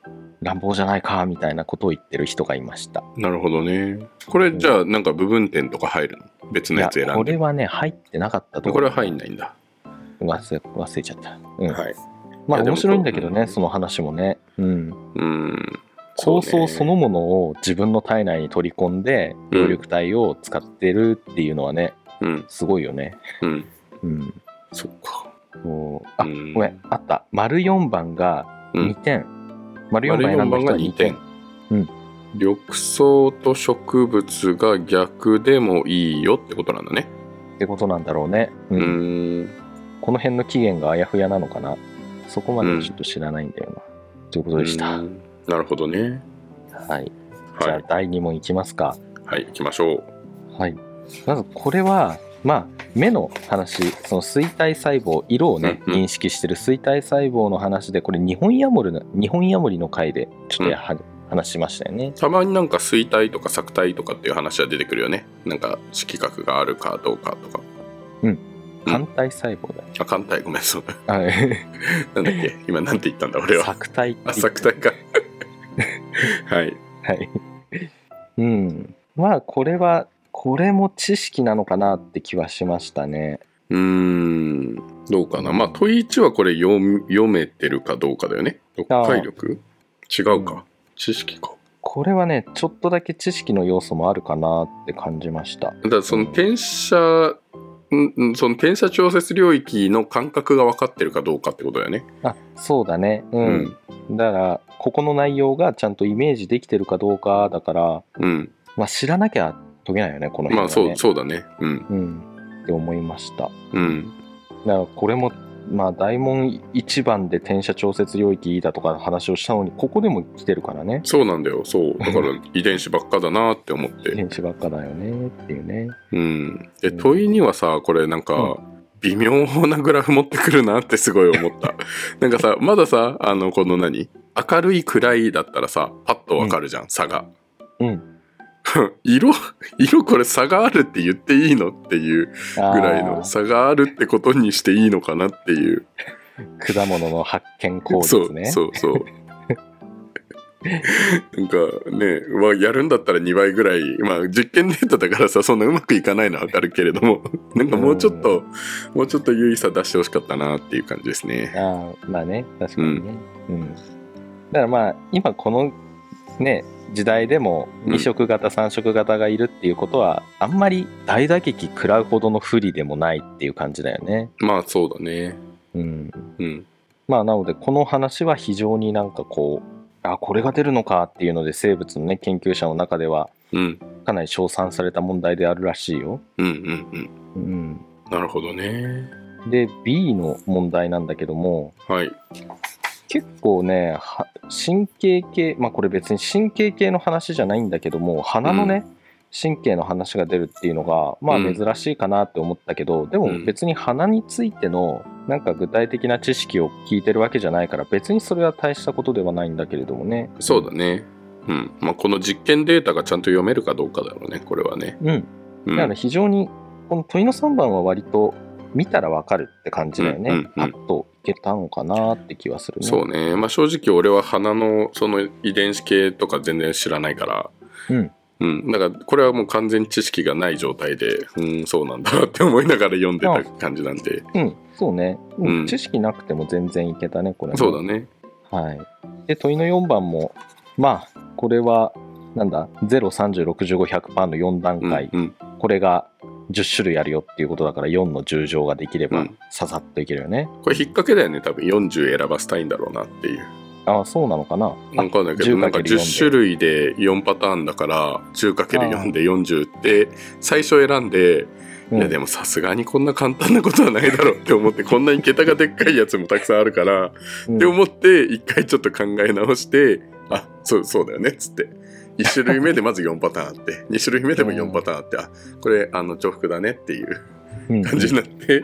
乱暴じゃないかみたいなことを言ってる人がいました。 なるほどね。これじゃあなんか部分点とか入るの？別のやつ選んで。 これはね入ってなかったと思う。 これは入んないんだ。 忘れちゃった。 はい。 まあ面白いんだけどね、その話もね。構想そのものを自分の体内に取り込んで葉緑体を使ってるっていうのはね、すごいよね。 そっか。 ごめん、あった。丸4番が2点。丸4番選んだ人は2点。 緑藻と植物が逆でもいいよってことなんだね。 ってことなんだろうね。この辺の起源があやふやなのかな。そこまでちょっと知らないんだよな。ということでした。 なるほどね。 はい。じゃあ第2問いきますか。 はい、いきましょう。はい。まずこれは、目の話、その錐体細胞、色をね、認識してる錐体細胞の話で、これ日本ヤモリの回でちょっと話しましたよね。 たまになんか錐体とか索体とかっていう話は出てくるよね。なんか色覚があるかどうかとか。 肝体細胞だよ。 肝体、ごめん、そうだ。なんだっけ、今なんて言ったんだ俺は。 索体。 索体か。はい。 はい。これも知識なのかなって気はしましたね。 どうかな。問い1はこれ読めてるかどうかだよね。読解力？違うか。知識か。 これはね、ちょっとだけ知識の要素もあるかなって感じました。 だからその転写調節領域の感覚が分かってるかどうかってことだよね。 そうだね。だからここの内容がちゃんとイメージできてるかどうかだから、知らなきゃ解けないよね、この辺はね。 そうだね。 って思いました。だからこれも大問1番で転写調節領域だとか話をしたのに、ここでも来てるからね。 そうなんだよ。そうだから遺伝子ばっかだなって思って。 遺伝子ばっかだよねっていうね。 で問いにはさ、これなんか微妙なグラフ持ってくるなってすごい思った。なんかさ、まださ、この明るい暗いだったらさ、パッとわかるじゃん、差が。色これ差があるって言っていいのっていうぐらいの差があるってことにしていいのかなっていう。 果物の発見効率ね。 そうなんかね、やるんだったら2倍ぐらい、実験データだからさ、そんなうまくいかないのはわかるけれども、なんかもうちょっと優位さ出してほしかったなっていう感じですね。 ね、確かにね。だから今このね時代でも2色型、3色型がいるっていうことはあんまり大打撃食らうほどの不利でもないっていう感じだよね。 そうだね。 なのでこの話は非常になんかこれが出るのかっていうので、生物のね研究者の中ではかなり称賛された問題であるらしいよ。なるほどね。 で B の問題なんだけども、結構ね神経系、これ別に神経系の話じゃないんだけども、鼻のね、神経の話が出るっていうのが珍しいかなって思ったけど、でも別に鼻についてのなんか具体的な知識を聞いてるわけじゃないから、別にそれは大したことではないんだけれどもね。 そうだね。この実験データがちゃんと読めるかどうかだろうね、これはね。 だから非常にこの問いの3番は割と見たらわかるって感じだよね。あといけたのかなって気はするね。 そうね。正直俺は鼻のその遺伝子系とか全然知らないから、だからこれはもう完全に知識がない状態で、そうなんだって思いながら読んでた感じなんで。 そうね。知識なくても全然いけたね、これね。 そうだね。 で問いの4番もこれはなんだ0、30、65、100% の4段階、これが10種類あるよっていうことだから、4の10乗ができればささっといけるよね。 これ引っ掛けだよね。多分40選ばせたいんだろうなっていう。 そうなのかな。 分かんないけど、なんか10種類で4パターンだから 10×4 で40って最初選んで、いやでもさすがにこんな簡単なことはないだろうって思って、こんなに桁がでっかいやつもたくさんあるからって思って、一回ちょっと考え直して、そうだよねっつって、1種類目でまず4パターンあって2種類目でも4パターンあって、これ重複だねっていう感じになって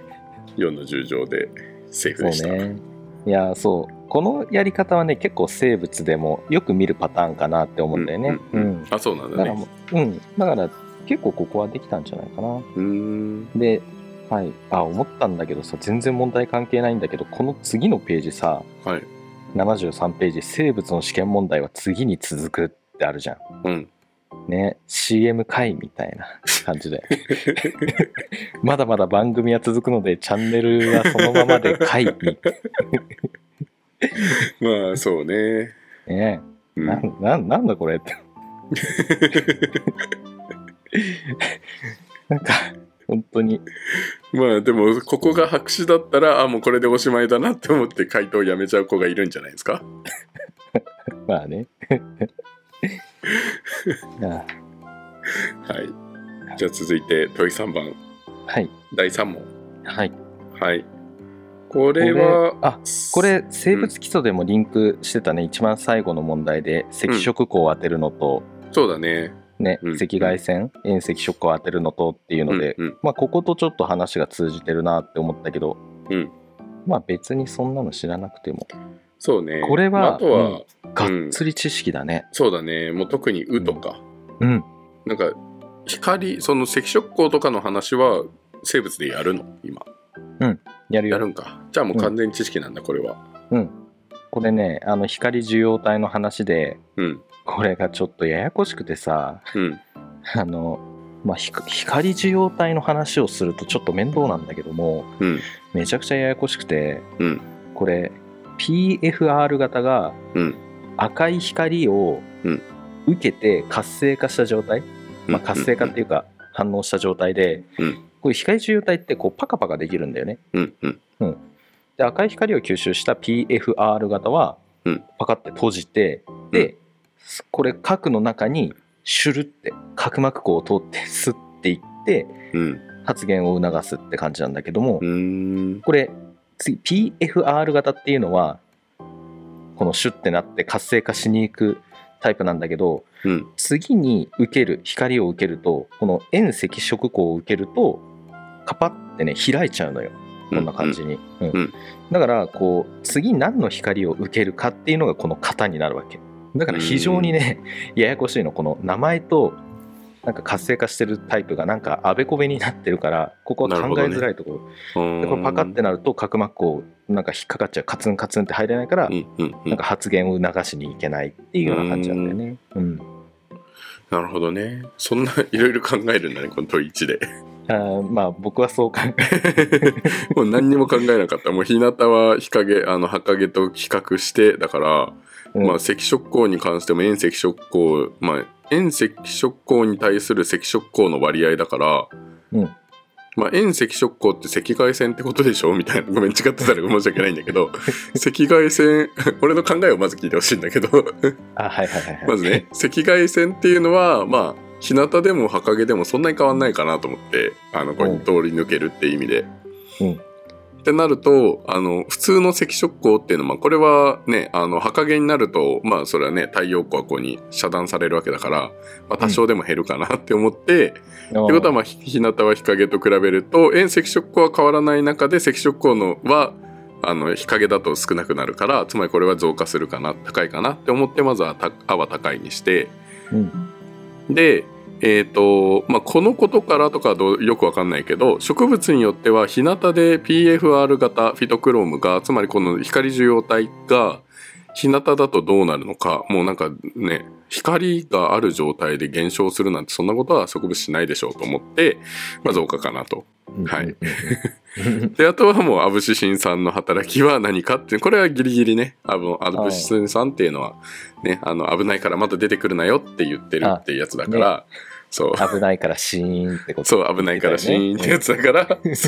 4の10乗でセーフでした。そうね。 いやこのやり方はね結構生物でもよく見るパターンかなって思うんだよね。 そうなんだね。 だから結構ここはできたんじゃないかな。で思ったんだけどさ、全然問題関係ないんだけど、この次のページさ、 73ページ、生物の試験問題は次に続くってあるじゃん。 うん。 ね、CM 回みたいな感じで。まだまだ番組は続くので、チャンネルはそのままで回に。 まあ、そうね。 ねえ、なんだこれって。なんか、本当に。 まあでもここが白紙だったらもうこれでおしまいだなって思って回答をやめちゃう子がいるんじゃないですか。 まあね。 はい。じゃあ続いて問い3番。 はい。 第3問。 はい。 はい。これはこれ生物基礎でもリンクしてたね、一番最後の問題で赤色光を当てるのと、 そうだね。 ね、赤外線、遠赤色光を当てるのとっていうので、まあこことちょっと話が通じてるなって思ったけど、まあ別にそんなの知らなくても。 そうね。 これは、 あとは、 がっつり知識だね。 そうだね。もう特にとか。なんか光、その赤色光とかの話は生物でやるの今。 やるよ。 やるんか。じゃあもう完全に知識なんだ、これは。 これね、光受容体の話で、これがちょっとややこしくてさ、まあ、光受容体の話をするとちょっと面倒なんだけども、めちゃくちゃややこしくて、これ PFR 型が赤い光を受けて活性化した状態、まあ、活性化っていうか反応した状態で、こういう光受容体ってこうパカパカできるんだよね。で赤い光を吸収した PFR 型はパカって閉じて、でこれ核の中にシュルって角膜孔を通ってスッていって、発現を促すって感じなんだけども、これ次 PFR 型っていうのはこのシュッてなって活性化しに行くタイプなんだけど、次に受ける光を受けると、この遠赤色光を受けるとカパってね開いちゃうのよ、こんな感じに。だからこう次何の光を受けるかっていうのがこの型になるわけだから、非常にねややこしいの。この名前となんか活性化してるタイプがなんかあべこべになってるから、ここは考えづらいところ、でこれパカってなると角膜孔なんか引っかかっちゃう、カツンカツンって入れないから、なんか発現を促しにいけないっていうような感じなんだよね。 なるほどね。そんないろいろ考えるんだね、この問い1で。 まあ僕はそう考えもう何にも考えなかった。もう日向は日陰、葉陰と比較して、だから、まあ赤色光に関しても遠赤色光、まあ遠赤色光に対する赤色光の割合だから、まあ遠赤色光って赤外線ってことでしょみたいな。ごめん、違ってたら申し訳ないんだけど、赤外線、俺の考えをまず聞いてほしいんだけど、まずね、赤外線っていうのは、まあ日向でも葉陰でもそんなに変わんないかなと思って、これに通り抜けるっていう意味で。ってなると、普通の赤色光っていうのは、これはね、葉陰になると、まあそれはね、太陽光はここに遮断されるわけだから、まあ多少でも減るかなって思って、ってことはまあ日向は日陰と比べると、遠赤色光は変わらない中で赤色光のは、日陰だと少なくなるから、つまりこれは増加するかな、高いかなって思って、まずは葉は高いにして、で、まあ、このことからとかはよくわかんないけど、植物によっては日向で PFR 型フィトクロームが、つまりこの光受容体が日向だとどうなるのか、もうなんかね、光がある状態で減少するなんてそんなことは植物しないでしょうと思って、まあ増加かなと。はい。で、あとはもうアブシシン酸の働きは何かって、これはギリギリね、アブシシン酸っていうのはね、危ないからまだ出てくるなよって言ってるっていうやつだから、ね、そう危ないからシーンってこと、 そう、危ないからシーンってやつだから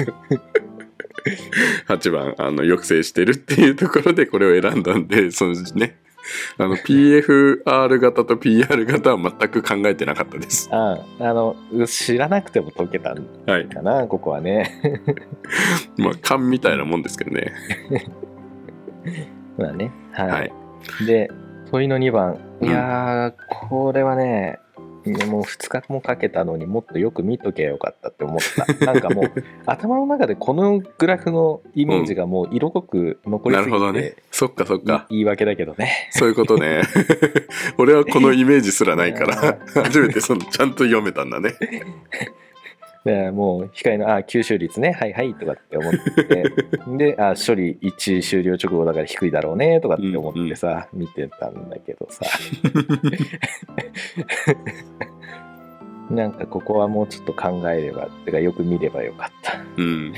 8番抑制してるっていうところでこれを選んだんで、そのね、PFR 型と PR 型は全く考えてなかったです。 知らなくても解けたんかな、ここはね。 まあ勘みたいなもんですけどね。 まあね、はい。で問いの2番、いやー、これはね、もう2日もかけたのにもっとよく見とけばよかったって思った。なんかもう頭の中でこのグラフのイメージがもう色濃く残りすぎて、なるほどね。 そっかそっか。 言い訳だけどね。 そういうことね。俺はこのイメージすらないから初めてちゃんと読めたんだね。 でもう光の吸収率ねはいはいとかって思ってで処理1終了直後だから低いだろうねとかって思ってさ、見てたんだけどさなんかここはもうちょっと考えればてかよく見ればよかったうん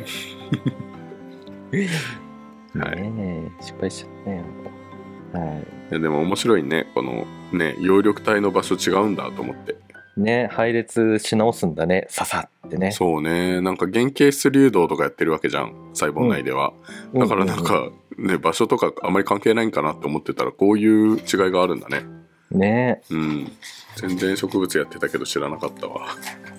はい、ねえ失敗しちゃったよ、はい、 いやでも面白いねこのね葉緑体の場所違うんだと思ってね、配列し直すんだねささってね。 そうね、なんか原型質流動とかやってるわけじゃん細胞内では、だからなんかね場所とかあまり関係ないんかなって思ってたらこういう違いがあるんだね。 ね、 全然植物やってたけど知らなかったわ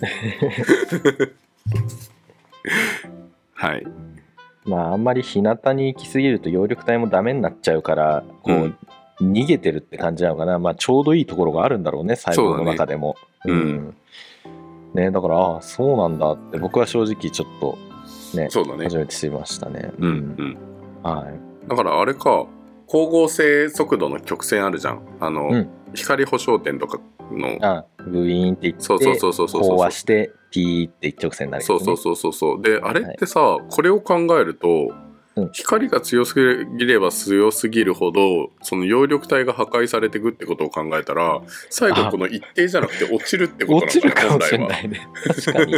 はい。 まああんまり日向に行き過ぎると葉緑体もダメになっちゃうからこう、逃げてるって感じなのかな。まあちょうどいいところがあるんだろうね細胞の中でも。ね、だからそうなんだって僕は正直ちょっとね、 そうだね、 初めて知りましたね。はい。 だからあれか光合成速度の曲線あるじゃん光保証点とかのグイーンっていって飽和してピーって一直線になるよね。 そうであれってさ、これを考えると光が強すぎれば強すぎるほどその葉緑体が破壊されていくってことを考えたら最後この一定じゃなくて落ちるってことなのかな。 落ちるかもしれないね確かに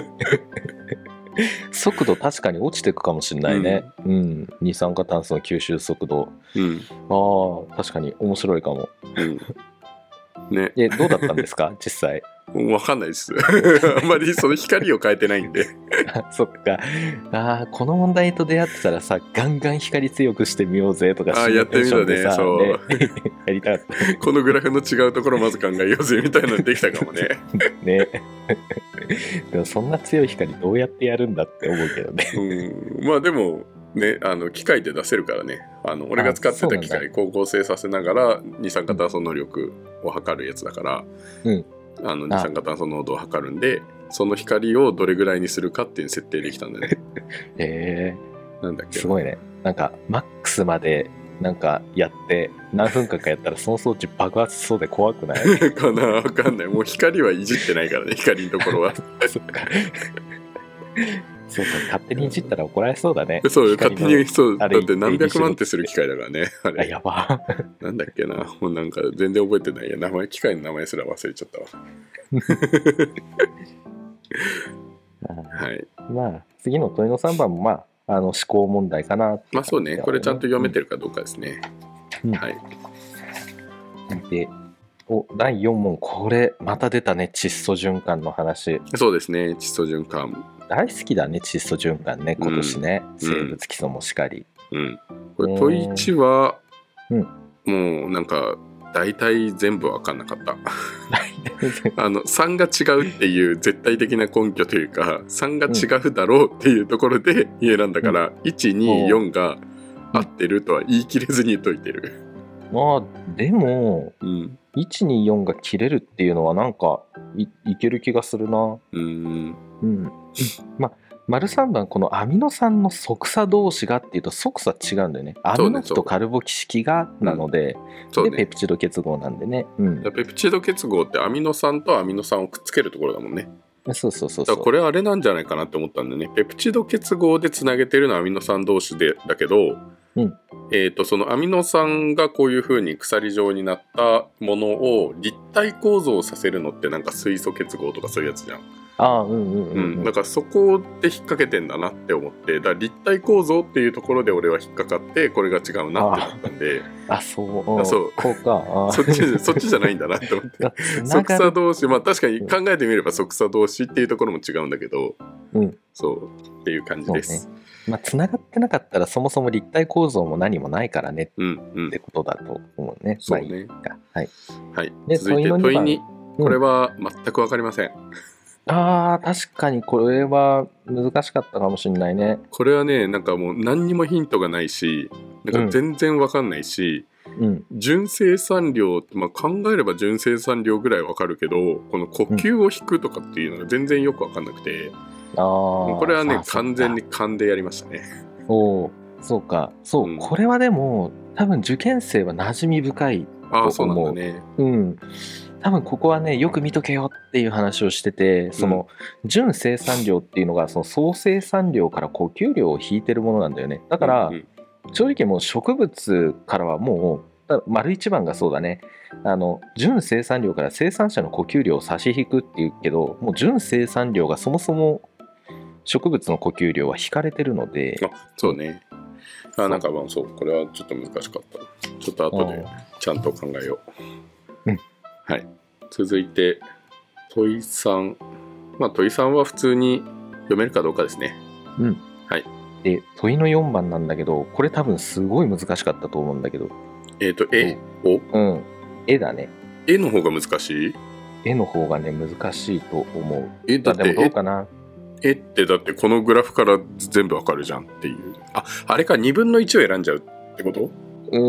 速度確かに落ちていくかもしれないね、二酸化炭素の吸収速度、確かに面白いかも、 ね、 どうだったんですか実際。 分かんないですあんまりその光を変えてないんでそっかこの問題と出会ってたらさガンガン光強くしてみようぜとかやってみたねそうやりたかったこのグラフの違うところまず考えようぜみたいなのできたかもねねでもそんな強い光どうやってやるんだって思うけどねまあでもね機械で出せるからね俺が使ってた機械光合成させながら二酸化炭素能力を測るやつだから、二酸化炭素濃度を測るんでその光をどれぐらいにするかっていう設定できたんだよねなんだっけすごいね。なんかマックスまでなんかやって何分間かやったらその装置爆発しそうで怖くないかなわかんないもう光はいじってないからね光のところはそっかそうか勝手にいじったら怒られそうだね。 そう勝手にそうだって何百万ってする機械だからねあれやばなんだっけなもうなんか全然覚えてないや機械の名前すら忘れちゃったわはい、 まあ次の問いの3番もまあ思考問題かな、 まあそうねこれちゃんと読めてるかどうかですね、はいで第4問これまた出たね窒素循環の話。 そうですね窒素循環大好きだね窒素循環ね今年ね、生物基礎もしかり、 これ問い1は、もうなんか大体全部分かんなかった3が違うっていう絶対的な根拠というか3が違うだろうっていうところで選んだから、124が合ってるとは言い切れずに解いてる。 でも、124が切れるっていうのはなんか いける気がするな。まあ丸3番このアミノ酸の側鎖同士がっていうと側鎖違うんだよね。アミノ基とカルボキ式がなので、でペプチド結合なんでね、 ペプチド結合ってアミノ酸とアミノ酸をくっつけるところだもんね。 そうだからこれあれなんじゃないかなって思ったんだよね。ペプチド結合でつなげてるのはアミノ酸同士でだけど、そのアミノ酸がこういう風に鎖状になったものを立体構造させるのってなんか水素結合とかそういうやつじゃん。だからそこで引っ掛けてんだなって思って、だから立体構造っていうところで俺は引っかかってこれが違うなってなったんで、 そうこうかそっちじゃないんだなって思って側鎖同士、まあ確かに考えてみれば側鎖同士っていうところも違うんだけど、そうっていう感じです。 つながってなかったらそもそも立体構造も何もないからねってことだと思うね。 そうね。 はい。 続いて問い2、これは全く分かりません。 確かにこれは難しかったかもしれないね。 これはねなんかもう何にもヒントがないしなんか全然分かんないし、純生産量、考えれば純生産量ぐらい分かるけどこの呼吸を引くとかっていうのが全然よく分かんなくて、これはね完全に勘でやりましたね。 そうかこれはでも多分受験生は馴染み深いと思う。 そうなんだね。 多分ここはねよく見とけよっていう話をしてて、その純生産量っていうのがその総生産量から呼吸量を引いてるものなんだよね。だから正直もう植物からはもう丸一番がそうだね、純生産量から生産者の呼吸量を差し引くっていうけど、もう純生産量がそもそも植物の呼吸量は引かれてるので。 そうね。なんかまあそう、これはちょっと難しかった。ちょっと後でちゃんと考えよう。はい。続いて問い3。問い3は普通に読めるかどうかですね。はい。 で問いの4番なんだけど、これ多分すごい難しかったと思うんだけど。絵だね。 絵の方が難しい？ 絵の方がね難しいと思う。 だってでもどうかな。 絵ってだってこのグラフから全部わかるじゃんっていう。あれか2分の1を選んじゃうってこと？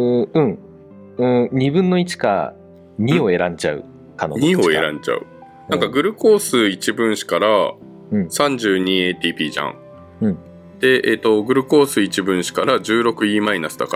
2分の1か2を選んじゃうかの。 2を選んじゃう。なんかグルコース1分子から 32ATP じゃん。で、グルコース1分子から 16E- だから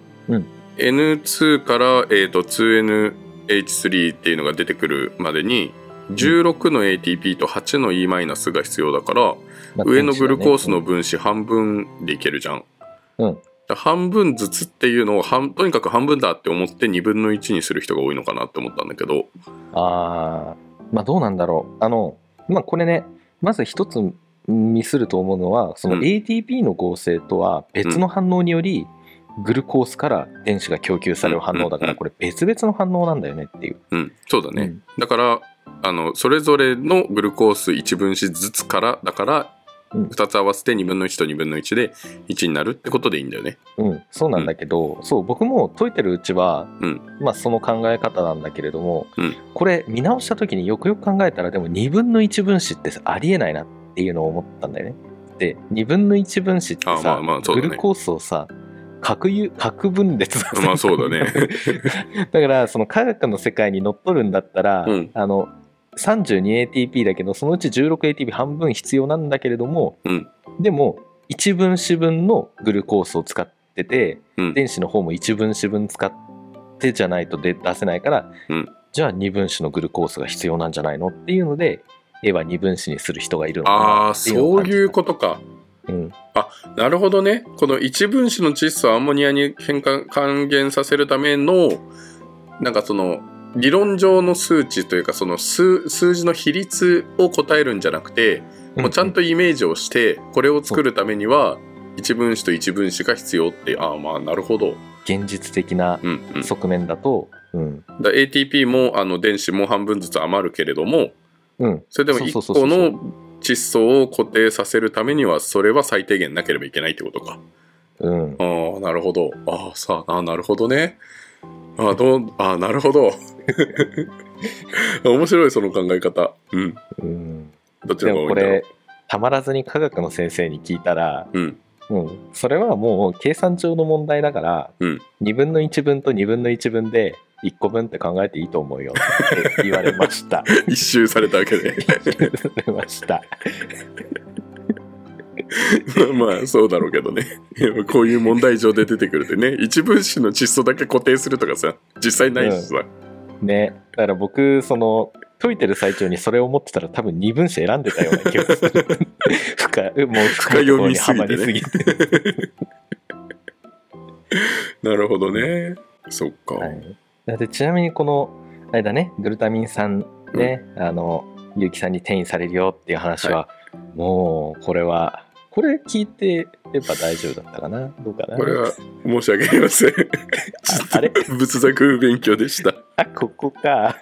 、N2 から、2NH3 っていうのが出てくるまでに16の ATP と8の E- が必要だから、上のグルコースの分子半分でいけるじゃん。半分ずつっていうのをとにかく半分だって思って2分の1にする人が多いのかなって思ったんだけど。 どうなんだろう。これね、まず一つミスると思うのは、その ATP の合成とは別の反応により、グルコースから電子が供給される反応だから、これ別々の反応なんだよねっていう。 そうだね。だからそれぞれのグルコース1分子ずつからだから2つ合わせて2分の1と2分の1で1になるってことでいいんだよね。 そうなんだけど、そう僕も解いてるうちは、その考え方なんだけれども、これ見直した時によくよく考えたら、でも2分の1分子ってありえないなっていうのを思ったんだよね。で2分の1分子ってさ、グルコースをさ核分裂させる。 そうだね。 だからその科学の世界にのっとるんだったら、32ATP だけどそのうち 16ATP 半分必要なんだけれども、でも1分子分のグルコースを使ってて、電子の方も1分子分使ってじゃないと出せないから、じゃあ2分子のグルコースが必要なんじゃないのっていうので、絵は2分子にする人がいるのかなっていうのを感じた。 そういうことか。なるほどね。この1分子の窒素をアンモニアに還元させるためのなんかその理論上の数値というか、その数字の比率を答えるんじゃなくて、もうちゃんとイメージをしてこれを作るためには1分子と1分子が必要って。なるほど。 現実的な側面だと、 ATP も電子も半分ずつ余るけれども、それでも1個の窒素を固定させるためにはそれは最低限なければいけないってことか。なるほど。なるほどね。なるほど。面白いその考え方。どっちの方が多いんだろう。 でもこれたまらずに科学の先生に聞いたら、それはもう計算上の問題だから、2分の1分と2分の1分で1個分って考えていいと思うよって言われました。 一周されたわけで。 一周されました。 そうだろうけどね。こういう問題上で出てくるってね、1分子の窒素だけ固定するとかさ、実際ないしさ。 だから僕解いてる最中にそれを思ってたら多分2分子選んでたような気がする。深読みすぎてね。なるほどね。そっか。 でちなみにこのあれだね、グルタミン酸ね、結城さんに転移されるよっていう話は、もうこれ聞いてれば大丈夫だったかな、どうかな。 これは申し訳ありません。 あれ仏作勉強でした。 ここか。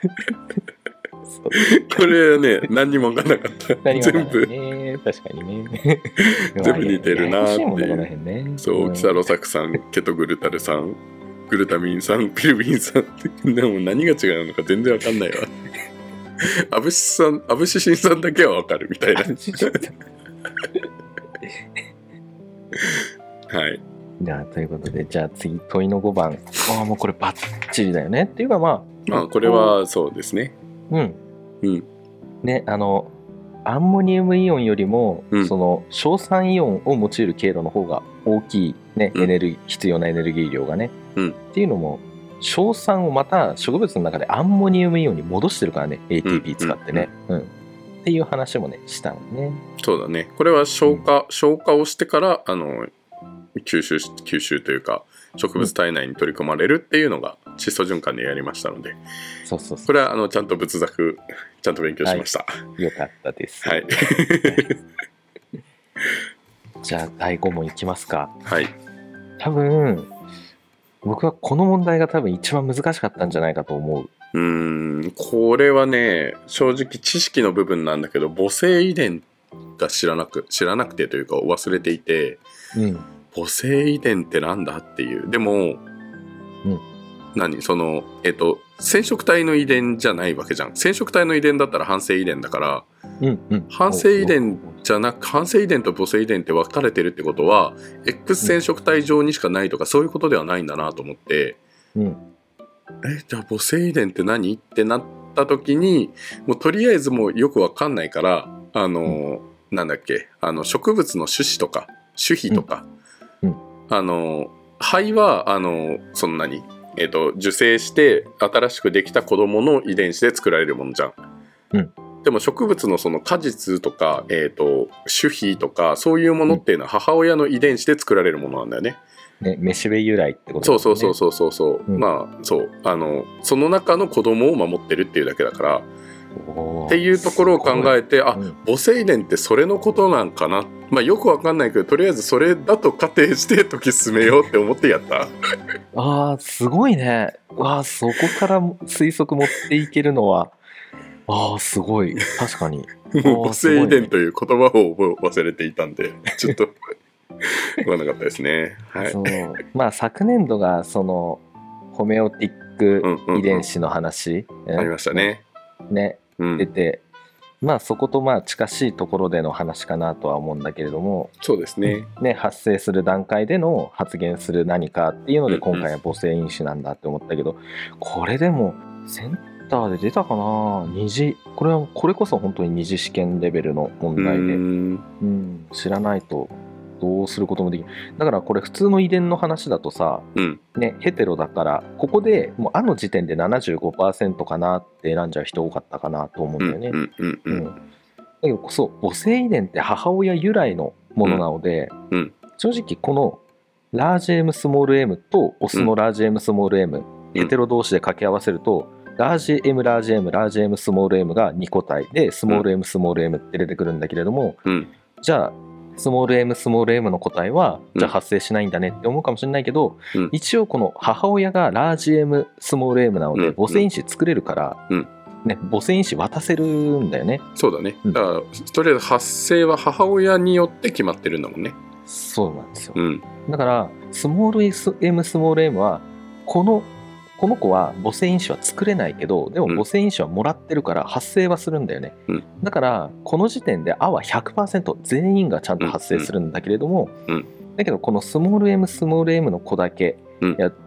これはね、何にも分からなかった。全部確かにね。 全部似てるなっていう。そう、キサロサク酸、ケトグルタル酸、グルタミン酸、ピルビン酸って、でも何が違うのか全然分かんないわ。アブシシン酸だけは分かるみたいな。はい。 じゃあということで、じゃあ次問いの5番。もうこれバッチリだよねっていうか、 これはそうですね。 ね、アンモニウムイオンよりも、その硝酸イオンを用いる経路の方が大きいね、必要なエネルギー量がね、っていうのも硝酸をまた植物の中でアンモニウムイオンに戻してるからね、 ATP 使ってね、っていう話もねしたのね。 そうだね。これは消化をしてから吸収というか植物体内に取り込まれるっていうのが窒素循環でやりましたので、 そうこれはちゃんと仏作ちゃんと勉強しました。 はい、よかったです。 はい。 じゃあ第5問いきますか。 はい。 多分僕はこの問題が多分一番難しかったんじゃないかと思う。 これはね、正直知識の部分なんだけど、母性遺伝が知らなくてというか忘れていて、母性遺伝ってなんだっていう。でも、染色体の遺伝じゃないわけじゃん。染色体の遺伝だったら反性遺伝だから、反性遺伝じゃなく、反性遺伝と母性遺伝って分かれてるってことは X 染色体上にしかないとかそういうことではないんだなと思って、じゃあ母性遺伝って何ってなった時に、もうとりあえずもうよく分かんないから、なんだっけ、植物の種子とか種皮とか、胚はそんなに受精して新しくできた子供の遺伝子で作られるものじゃん。でも植物のその果実とか、種皮とかそういうものっていうのは母親の遺伝子で作られるものなんだよね。 メシベ由来ってことですね。 そう、まあそうその中の子供を守ってるっていうだけだからっていうところを考えて、母性遺伝ってそれのことなんかな、まあよくわかんないけどとりあえずそれだと仮定して時進めようって思ってやったすごいね。そこから推測持っていけるのはすごい。確かに母性遺伝という言葉を忘れていたんでちょっと分かんなかったですね。はい。 まあ昨年度がそのホメオティック遺伝子の話、 ありましたね。 出て、まあそことまあ近しいところでの話かなとは思うんだけれども、 そうですね。 発生する段階での発現する何かっていうので今回は母性因子なんだって思ったけど、これでもセンターで出たかな。これこそ本当に二次試験レベルの問題で、知らないとどうすることもできない。だからこれ普通の遺伝の話だとさ、ヘテロだからここでもう時点で 75% かなって選んじゃう人多かったかなと思うんだよね。だけど母性遺伝って母親由来のものなので、正直このラージ M スモール m とオスのラージ M スモール m、ヘテロ同士で掛け合わせるとラージ M ラージ M ラージ M スモール m が2個体でスモール M スモール m って出てくるんだけれども、じゃあスモール m スモール m の個体はじゃあ発生しないんだねって思うかもしれないけど、一応この母親がラージ M スモール m なので母性因子作れるから、母性因子渡せるんだよね。 そうだね。だからとりあえず発生は母親によって決まってるんだもんね。 そうなんですよ。だからスモール m スモール m はこの子は母性因子は作れないけど、でも母性因子はもらってるから発生はするんだよね。だからこの時点では 100% 全員がちゃんと発生するんだけれども、だけどこのスモール m スモール m の子だけやって、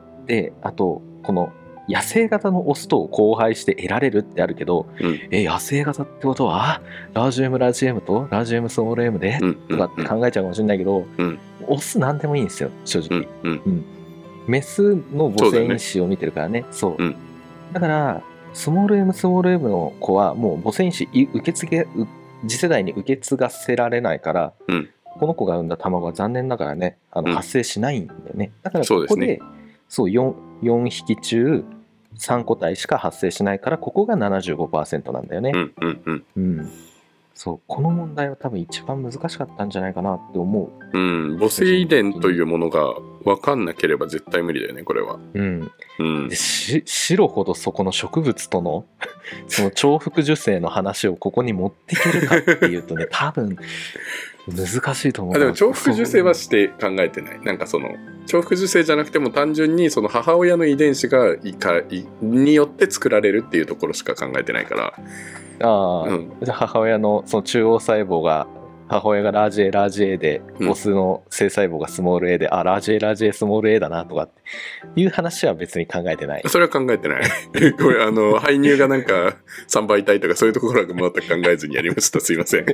あとこの野生型のオスと交配して得られるってあるけど、野生型ってことはラージ M ラージ M とラージ M スモール m でとかって考えちゃうかもしれないけど、オスなんでもいいんですよ正直。メスの母性因子を見てるからね。だからスモール m スモール m の子はもう母性因子次世代に受け継がせられないから、この子が産んだ卵は残念ながらね発生しないんだよね。だからここで4匹中3個体しか発生しないから、ここが 75% なんだよね。この問題は多分一番難しかったんじゃないかなって思う。 母性遺伝というものが分かんなければ絶対無理だよねこれは。 で白ほどそこの植物とのその重複受精の話をここに持っていけるかっていうとね多分難しいと思う。 でも重複受精はして考えてない。なんかその重複受精じゃなくても単純にその母親の遺伝子がによって作られるっていうところしか考えてないから。 じゃあ母親のその中央細胞が母親がラージ A ラージ A で、オスの性細胞がスモール A でラージ A ラージ A スモール A だなとかっていう話は別に考えてない。 それは考えてないこれ排乳がなんか3倍体とかそういうところが全く考えずにやりました。すいません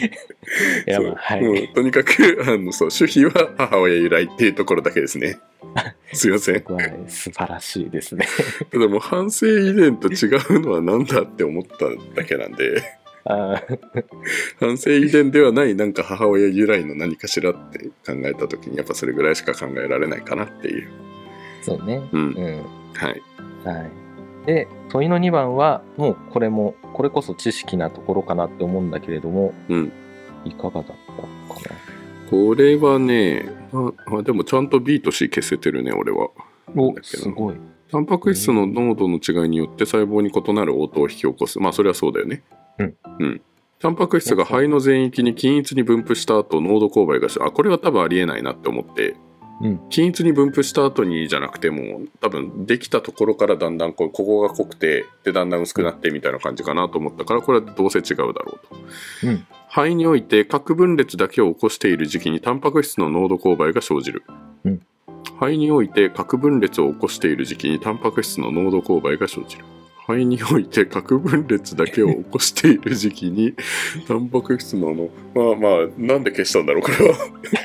もうとにかく種皮は母親由来っていうところだけですね。 すいません。 ここはね、素晴らしいですね。 でも反省遺伝と違うのは何だって思っただけなんで反省遺伝ではないなんか母親由来の何かしらって考えた時にやっぱそれぐらいしか考えられないかなっていう。 そうね。 はい。 はい。で、問いの2番はもうこれこそ知識なところかなって思うんだけれども、いかがだったかな。 これはね、でもちゃんと B と C 消せてるね、俺は。 すごい。 タンパク質の濃度の違いによって細胞に異なる応答を引き起こす。まあそれはそうだよね。タンパク質が肺の全域に均一に分布した後、濃度勾配がこれは多分ありえないなって思って、均一に分布した後にじゃなくても多分できたところからだんだんここが濃くてでだんだん薄くなってみたいな感じかなと思ったから、これはどうせ違うだろうと。肺において核分裂だけを起こしている時期にタンパク質の濃度勾配が生じる。肺において核分裂を起こしている時期にタンパク質の濃度勾配が生じる。肺において核分裂だけを起こしている時期にタンパク質のなんで消したんだろうこれは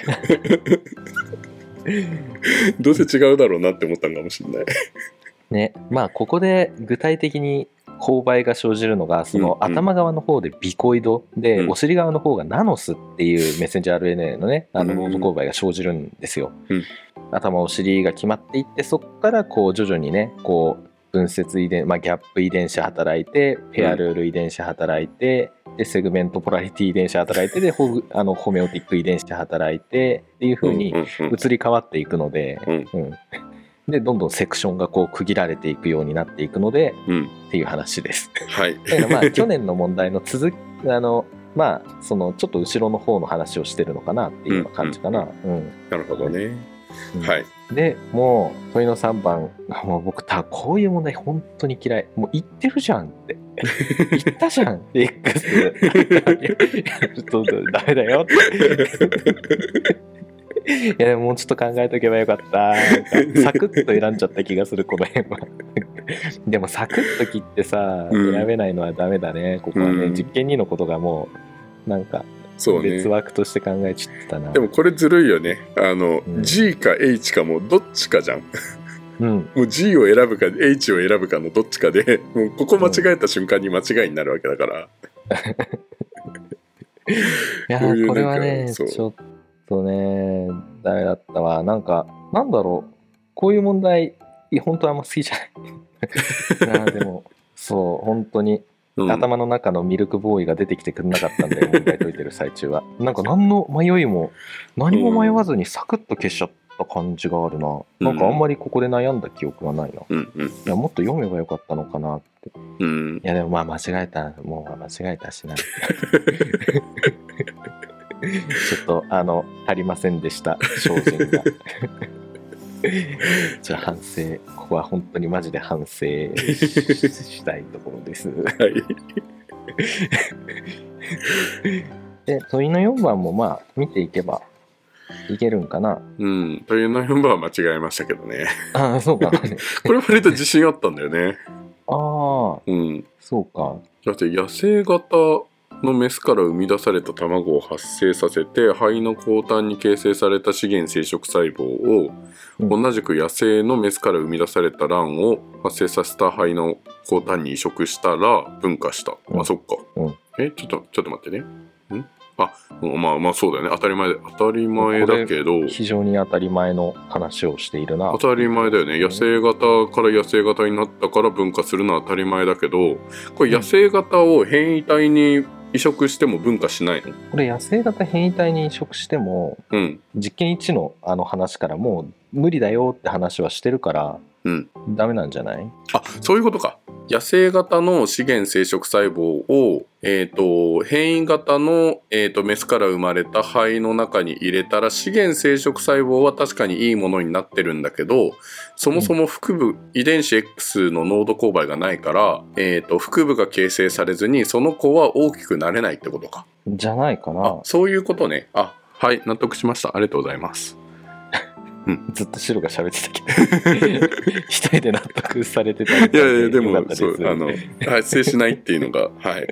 どうせ違うだろうなって思ったんかもしれないね。まあここで具体的に勾配が生じるのがその頭側の方でビコイドで、お尻側の方がナノスっていうメッセンジャー RNA のね濃度勾配が生じるんですよ。頭お尻が決まっていって、そこから徐々にね分節遺伝、ギャップ遺伝子働いて、ペアルール遺伝子働いて、でセグメントポラリティ遺伝子働いて、でホメオティック遺伝子働いてっていう風に移り変わっていくので、でどんどんセクションが区切られていくようになっていくので、っていう話です。 はい。 だから去年の問題の続きそのちょっと後ろの方の話をしてるのかなっていうような感じかな。 なるほどね。はい。 でもう問いの3番、もう僕こういう問題本当に嫌い。もう言ってるじゃんって言ったじゃん X ちょっとダメだよっていやもうちょっと考えとけばよかった。サクッと選んじゃった気がするこの辺はでもサクッと切ってさ選べないのはダメだね。ここはね、実験2のことがもうなんか別枠として考えちゃってたな。 でもこれずるいよね。G か H かもうどっちかじゃん。もう G を選ぶか H を選ぶかのどっちかで、もうここ間違えた瞬間に間違いになるわけだから。 いやこれはねちょっとねダメだったわ。なんだろう、こういう問題本当はあんま好きじゃないでもそう本当に。頭の中のミルクボーイが出てきてくれなかったんで問題解いてる最中はなんか何の迷いも何も迷わずにサクッと消しちゃった感じがあるな。なんかあんまりここで悩んだ記憶がないな。いやもっと読めばよかったのかなって。いやでも間違えたしなちょっと足りませんでした精進がじゃあ反省、ここは本当にマジで反省したいところです。はい。で問いの4番も見ていけばいけるんかな。問いの4番は間違えましたけどね。 そうかね。 これ割と自信あったんだよね。 そうか。 だって野生型のメスから生み出された卵を発生させて肺の後端に形成された資源生殖細胞を、同じく野生のメスから生み出された卵を発生させた肺の後端に移植したら分化した。そっか。ちょっと待ってね。そうだよね。当たり前だけど非常に当たり前の話をしているな。 当たり前だよね。野生型から野生型になったから分化するのは当たり前だけど、これ野生型を変異体に移植しても分化しないの？ これ野生型変異体に移植しても、実験1の話からもう無理だよって話はしてるから、ダメなんじゃない？ そういうことか。野生型の資源生殖細胞を、変異型の、メスから生まれた肺の中に入れたら資源生殖細胞は確かにいいものになってるんだけど、そもそも腹部、遺伝子 X の濃度勾配がないから、腹部が形成されずにその子は大きくなれないってことか。 じゃないかな。 そういうことね。はい、納得しました。ありがとうございます。 ずっと白が喋ってたけど一人で納得されてたみたいで。 いやでもそう発生しないっていうのがはい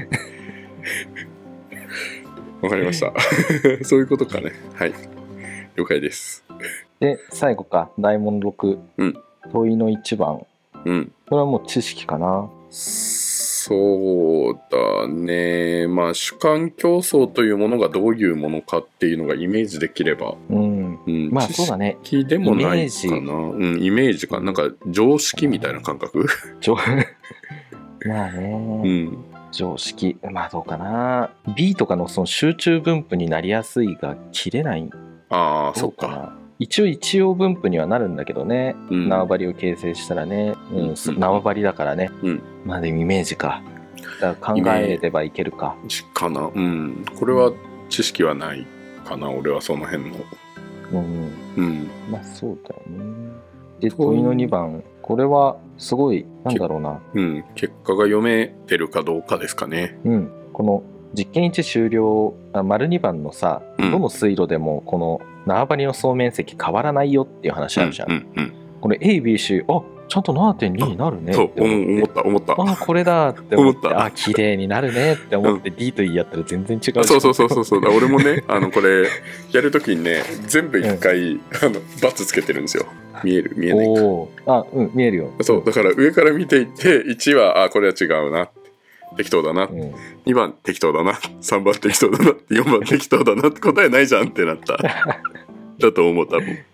わかりましたそういうことかね。はい了解です。 で最後か、大問6、問いの1番、これはもう知識かな。 そうだね。まあ主観競争というものがどういうものかっていうのがイメージできれば、 まあそうだね。 知識でもないかな。イメージか。なんか常識みたいな感覚。 まあね、常識、まあどうかな。 B とかのその集中分布になりやすいが切れない。 ああ、そうか。 一応分布にはなるんだけどね、縄張りを形成したらね、縄張りだからね、まあでもイメージか。だから考えればいけるか。 かな。これは知識はないかな、俺はその辺の。 まあそうだよね。で問いの2番、これはすごい、なんだろうな。 結果が読めてるかどうかですかね。 この実験1終了、丸2番のさ、どの水路でもこの縄張りの総面積変わらないよっていう話あるじゃん。これ ABC、ちゃんと 7.2 になるねって思った。 これだって思って、綺麗になるねって思って、D と E やったら全然違う。 そう俺もね、これやるときにね、全部一回バツつけてるんですよ。見えないか。 見えるよ。 そうだから上から見ていって1はこれは違うな、適当だな、2番適当だな、3番適当だな、4番適当だなって答えないじゃんってなっただと思う、多分。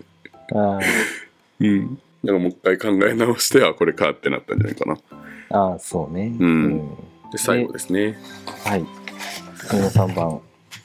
だからもう一回考え直して、これかってなったんじゃないかな。 そうね。 で最後ですね。 はい。次の3番。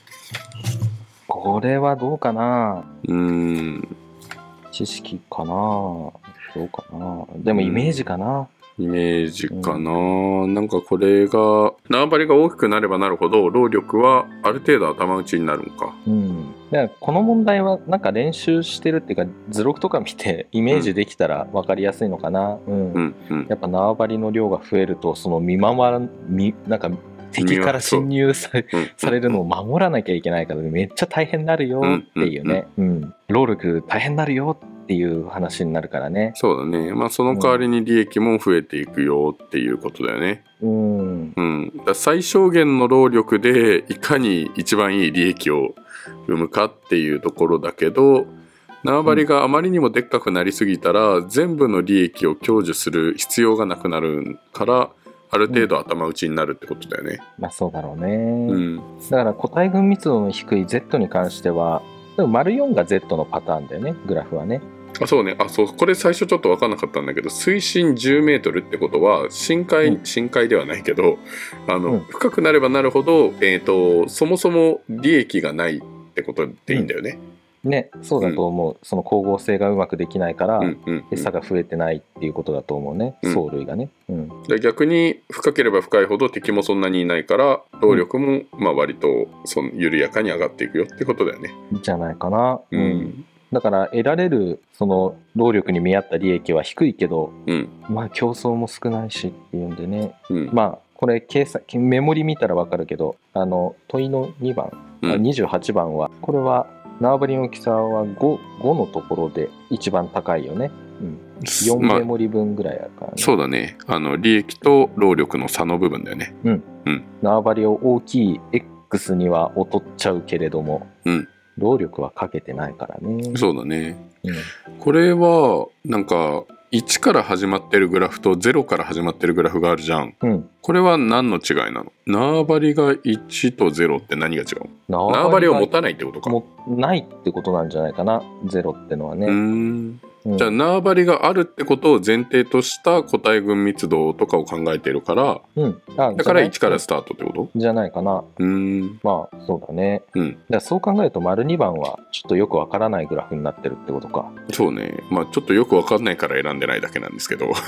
これはどうかな。知識かな。どうかな。でもイメージかな。 イメージかな、なんかこれが縄張りが大きくなればなるほど労力はある程度頭打ちになるのか。 だからこの問題はなんか練習してるっていうか、図録とか見てイメージできたら分かりやすいのかな。やっぱ縄張りの量が増えると、そのなんか敵から侵入されるのを守らなきゃいけないから、めっちゃ大変になるよっていうね。労力大変になるよっていう話になるからね。 そうだね。まあその代わりに利益も増えていくよっていうことだよね。だ最小限の労力でいかに一番いい利益を生むかっていうところだけど、縄張りがあまりにもでっかくなりすぎたら、全部の利益を享受する必要がなくなるから、ある程度頭打ちになるってことだよね。 まあそうだろうね。だから個体群密度の低い Z に関しては、でも丸4が Z のパターンだよね、グラフはね。 そうね。これ最初ちょっと分かんなかったんだけど、水深10メートルってことは深海ではないけど、深くなればなるほど、そもそも利益がないってことでいいんだよね。 そうだと思う。その光合成がうまくできないから、餌が増えてないっていうことだと思うね、藻類がね。 で逆に深ければ深いほど敵もそんなにいないから、労力もまあ割と緩やかに上がっていくよってことだよね。 じゃないかな。だから得られるその労力に見合った利益は低いけど、まあ競争も少ないしっていうんでね。まあこれメモリ見たら分かるけど、問いの2番、28番はこれは縄張りの大きさは 5のところで一番高いよね。4メモリ分ぐらいあるからね。 そうだね。利益と労力の差の部分だよね。 縄張りを大きい X には劣っちゃうけれども、労力はかけてないからね。 そうだね。これはなんか1から始まってるグラフと0から始まってるグラフがあるじゃん。これは何の違いなの？縄張りが1と0って何が違う？縄張りを持たないってことか。 ないってことなんじゃないかな、0ってのはね。 じゃあ縄張りがあるってことを前提とした個体群密度とかを考えているから、だから1からスタートってことじゃないかな。まあそうだね。だからそう考えると丸2番はちょっとよくわからないグラフになってるってことか。 そうね。まあちょっとよくわかんないから選んでないだけなんですけど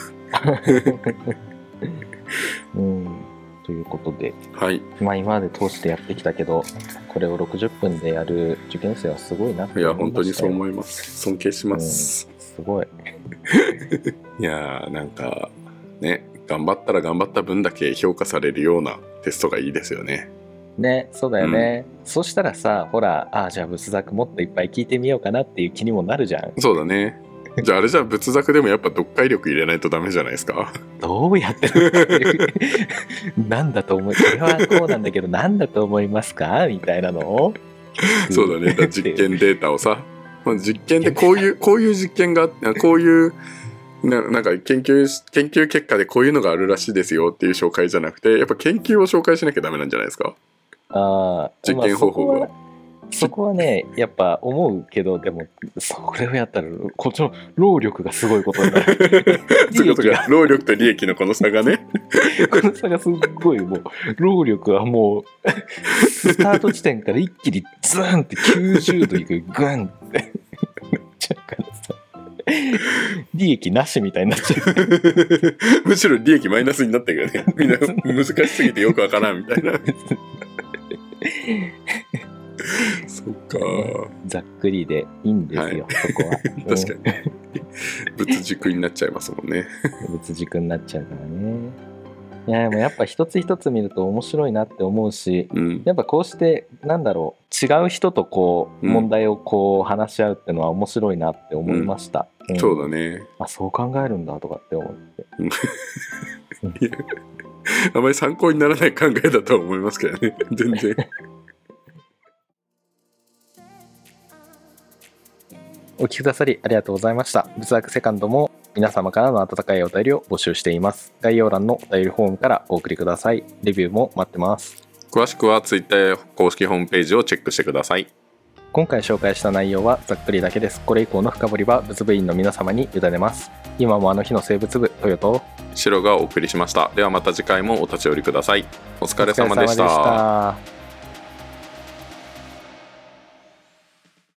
ということで、 まあ今まで通してやってきたけど、これを60分でやる受験生はすごいなって思いましたよ。 いや本当にそう思います。尊敬します。 すごいいやなんかね、頑張ったら頑張った分だけ評価されるようなテストがいいですよね。 そうだよね。そしたらさ、ほら、じゃあ仏作もっといっぱい聞いてみようかなっていう気にもなるじゃん。 そうだね。じゃああれじゃあ仏作でもやっぱ読解力入れないとダメじゃないですか。 どうやってなんだと思う、これはこうなんだけどなんだと思いますかみたいなのをそうだね。実験データをさまあ、実験でこういう実験がこういうなんか研究結果でこういうのがあるらしいですよっていう紹介じゃなくて、やっぱ研究を紹介しなきゃダメなんじゃないですか。実験方法が、 そこはねやっぱ思うけど、でもそれをやったらこっちの労力がすごいことになるそういうことか。労力と利益のこの差がねこの差がすごい、もう労力はもうスタート地点から一気にズーンって90度いく、グンってなっちゃうからさ、利益なしみたいになっちゃうむしろ利益マイナスになってるよね。みんな難しすぎてよくわからんみたいなそっか、 ざっくりでいいんですよ、そこは確かに物軸になっちゃいますもんね物軸になっちゃうからね。いやでもやっぱ一つ一つ見ると面白いなって思うし、やっぱこうしてなんだろう、違う人とこう問題をこう話し合うってのは面白いなって思いました、 そうだね。 そう考えるんだとかって思ってあまり参考にならない考えだとは思いますけどね全然お聞きくださりありがとうございました。仏作セカンドも皆様からの温かいお便りを募集しています。概要欄のお便りフォームからお送りください。レビューも待ってます。 詳しくは Twitter 公式ホームページをチェックしてください。 今回紹介した内容はざっくりだけです。これ以降の深掘りは仏部員の皆様に委ねます。今もあの日の生物部トヨとシロがお送りしました。ではまた次回もお立ち寄りください。お疲れ様でした。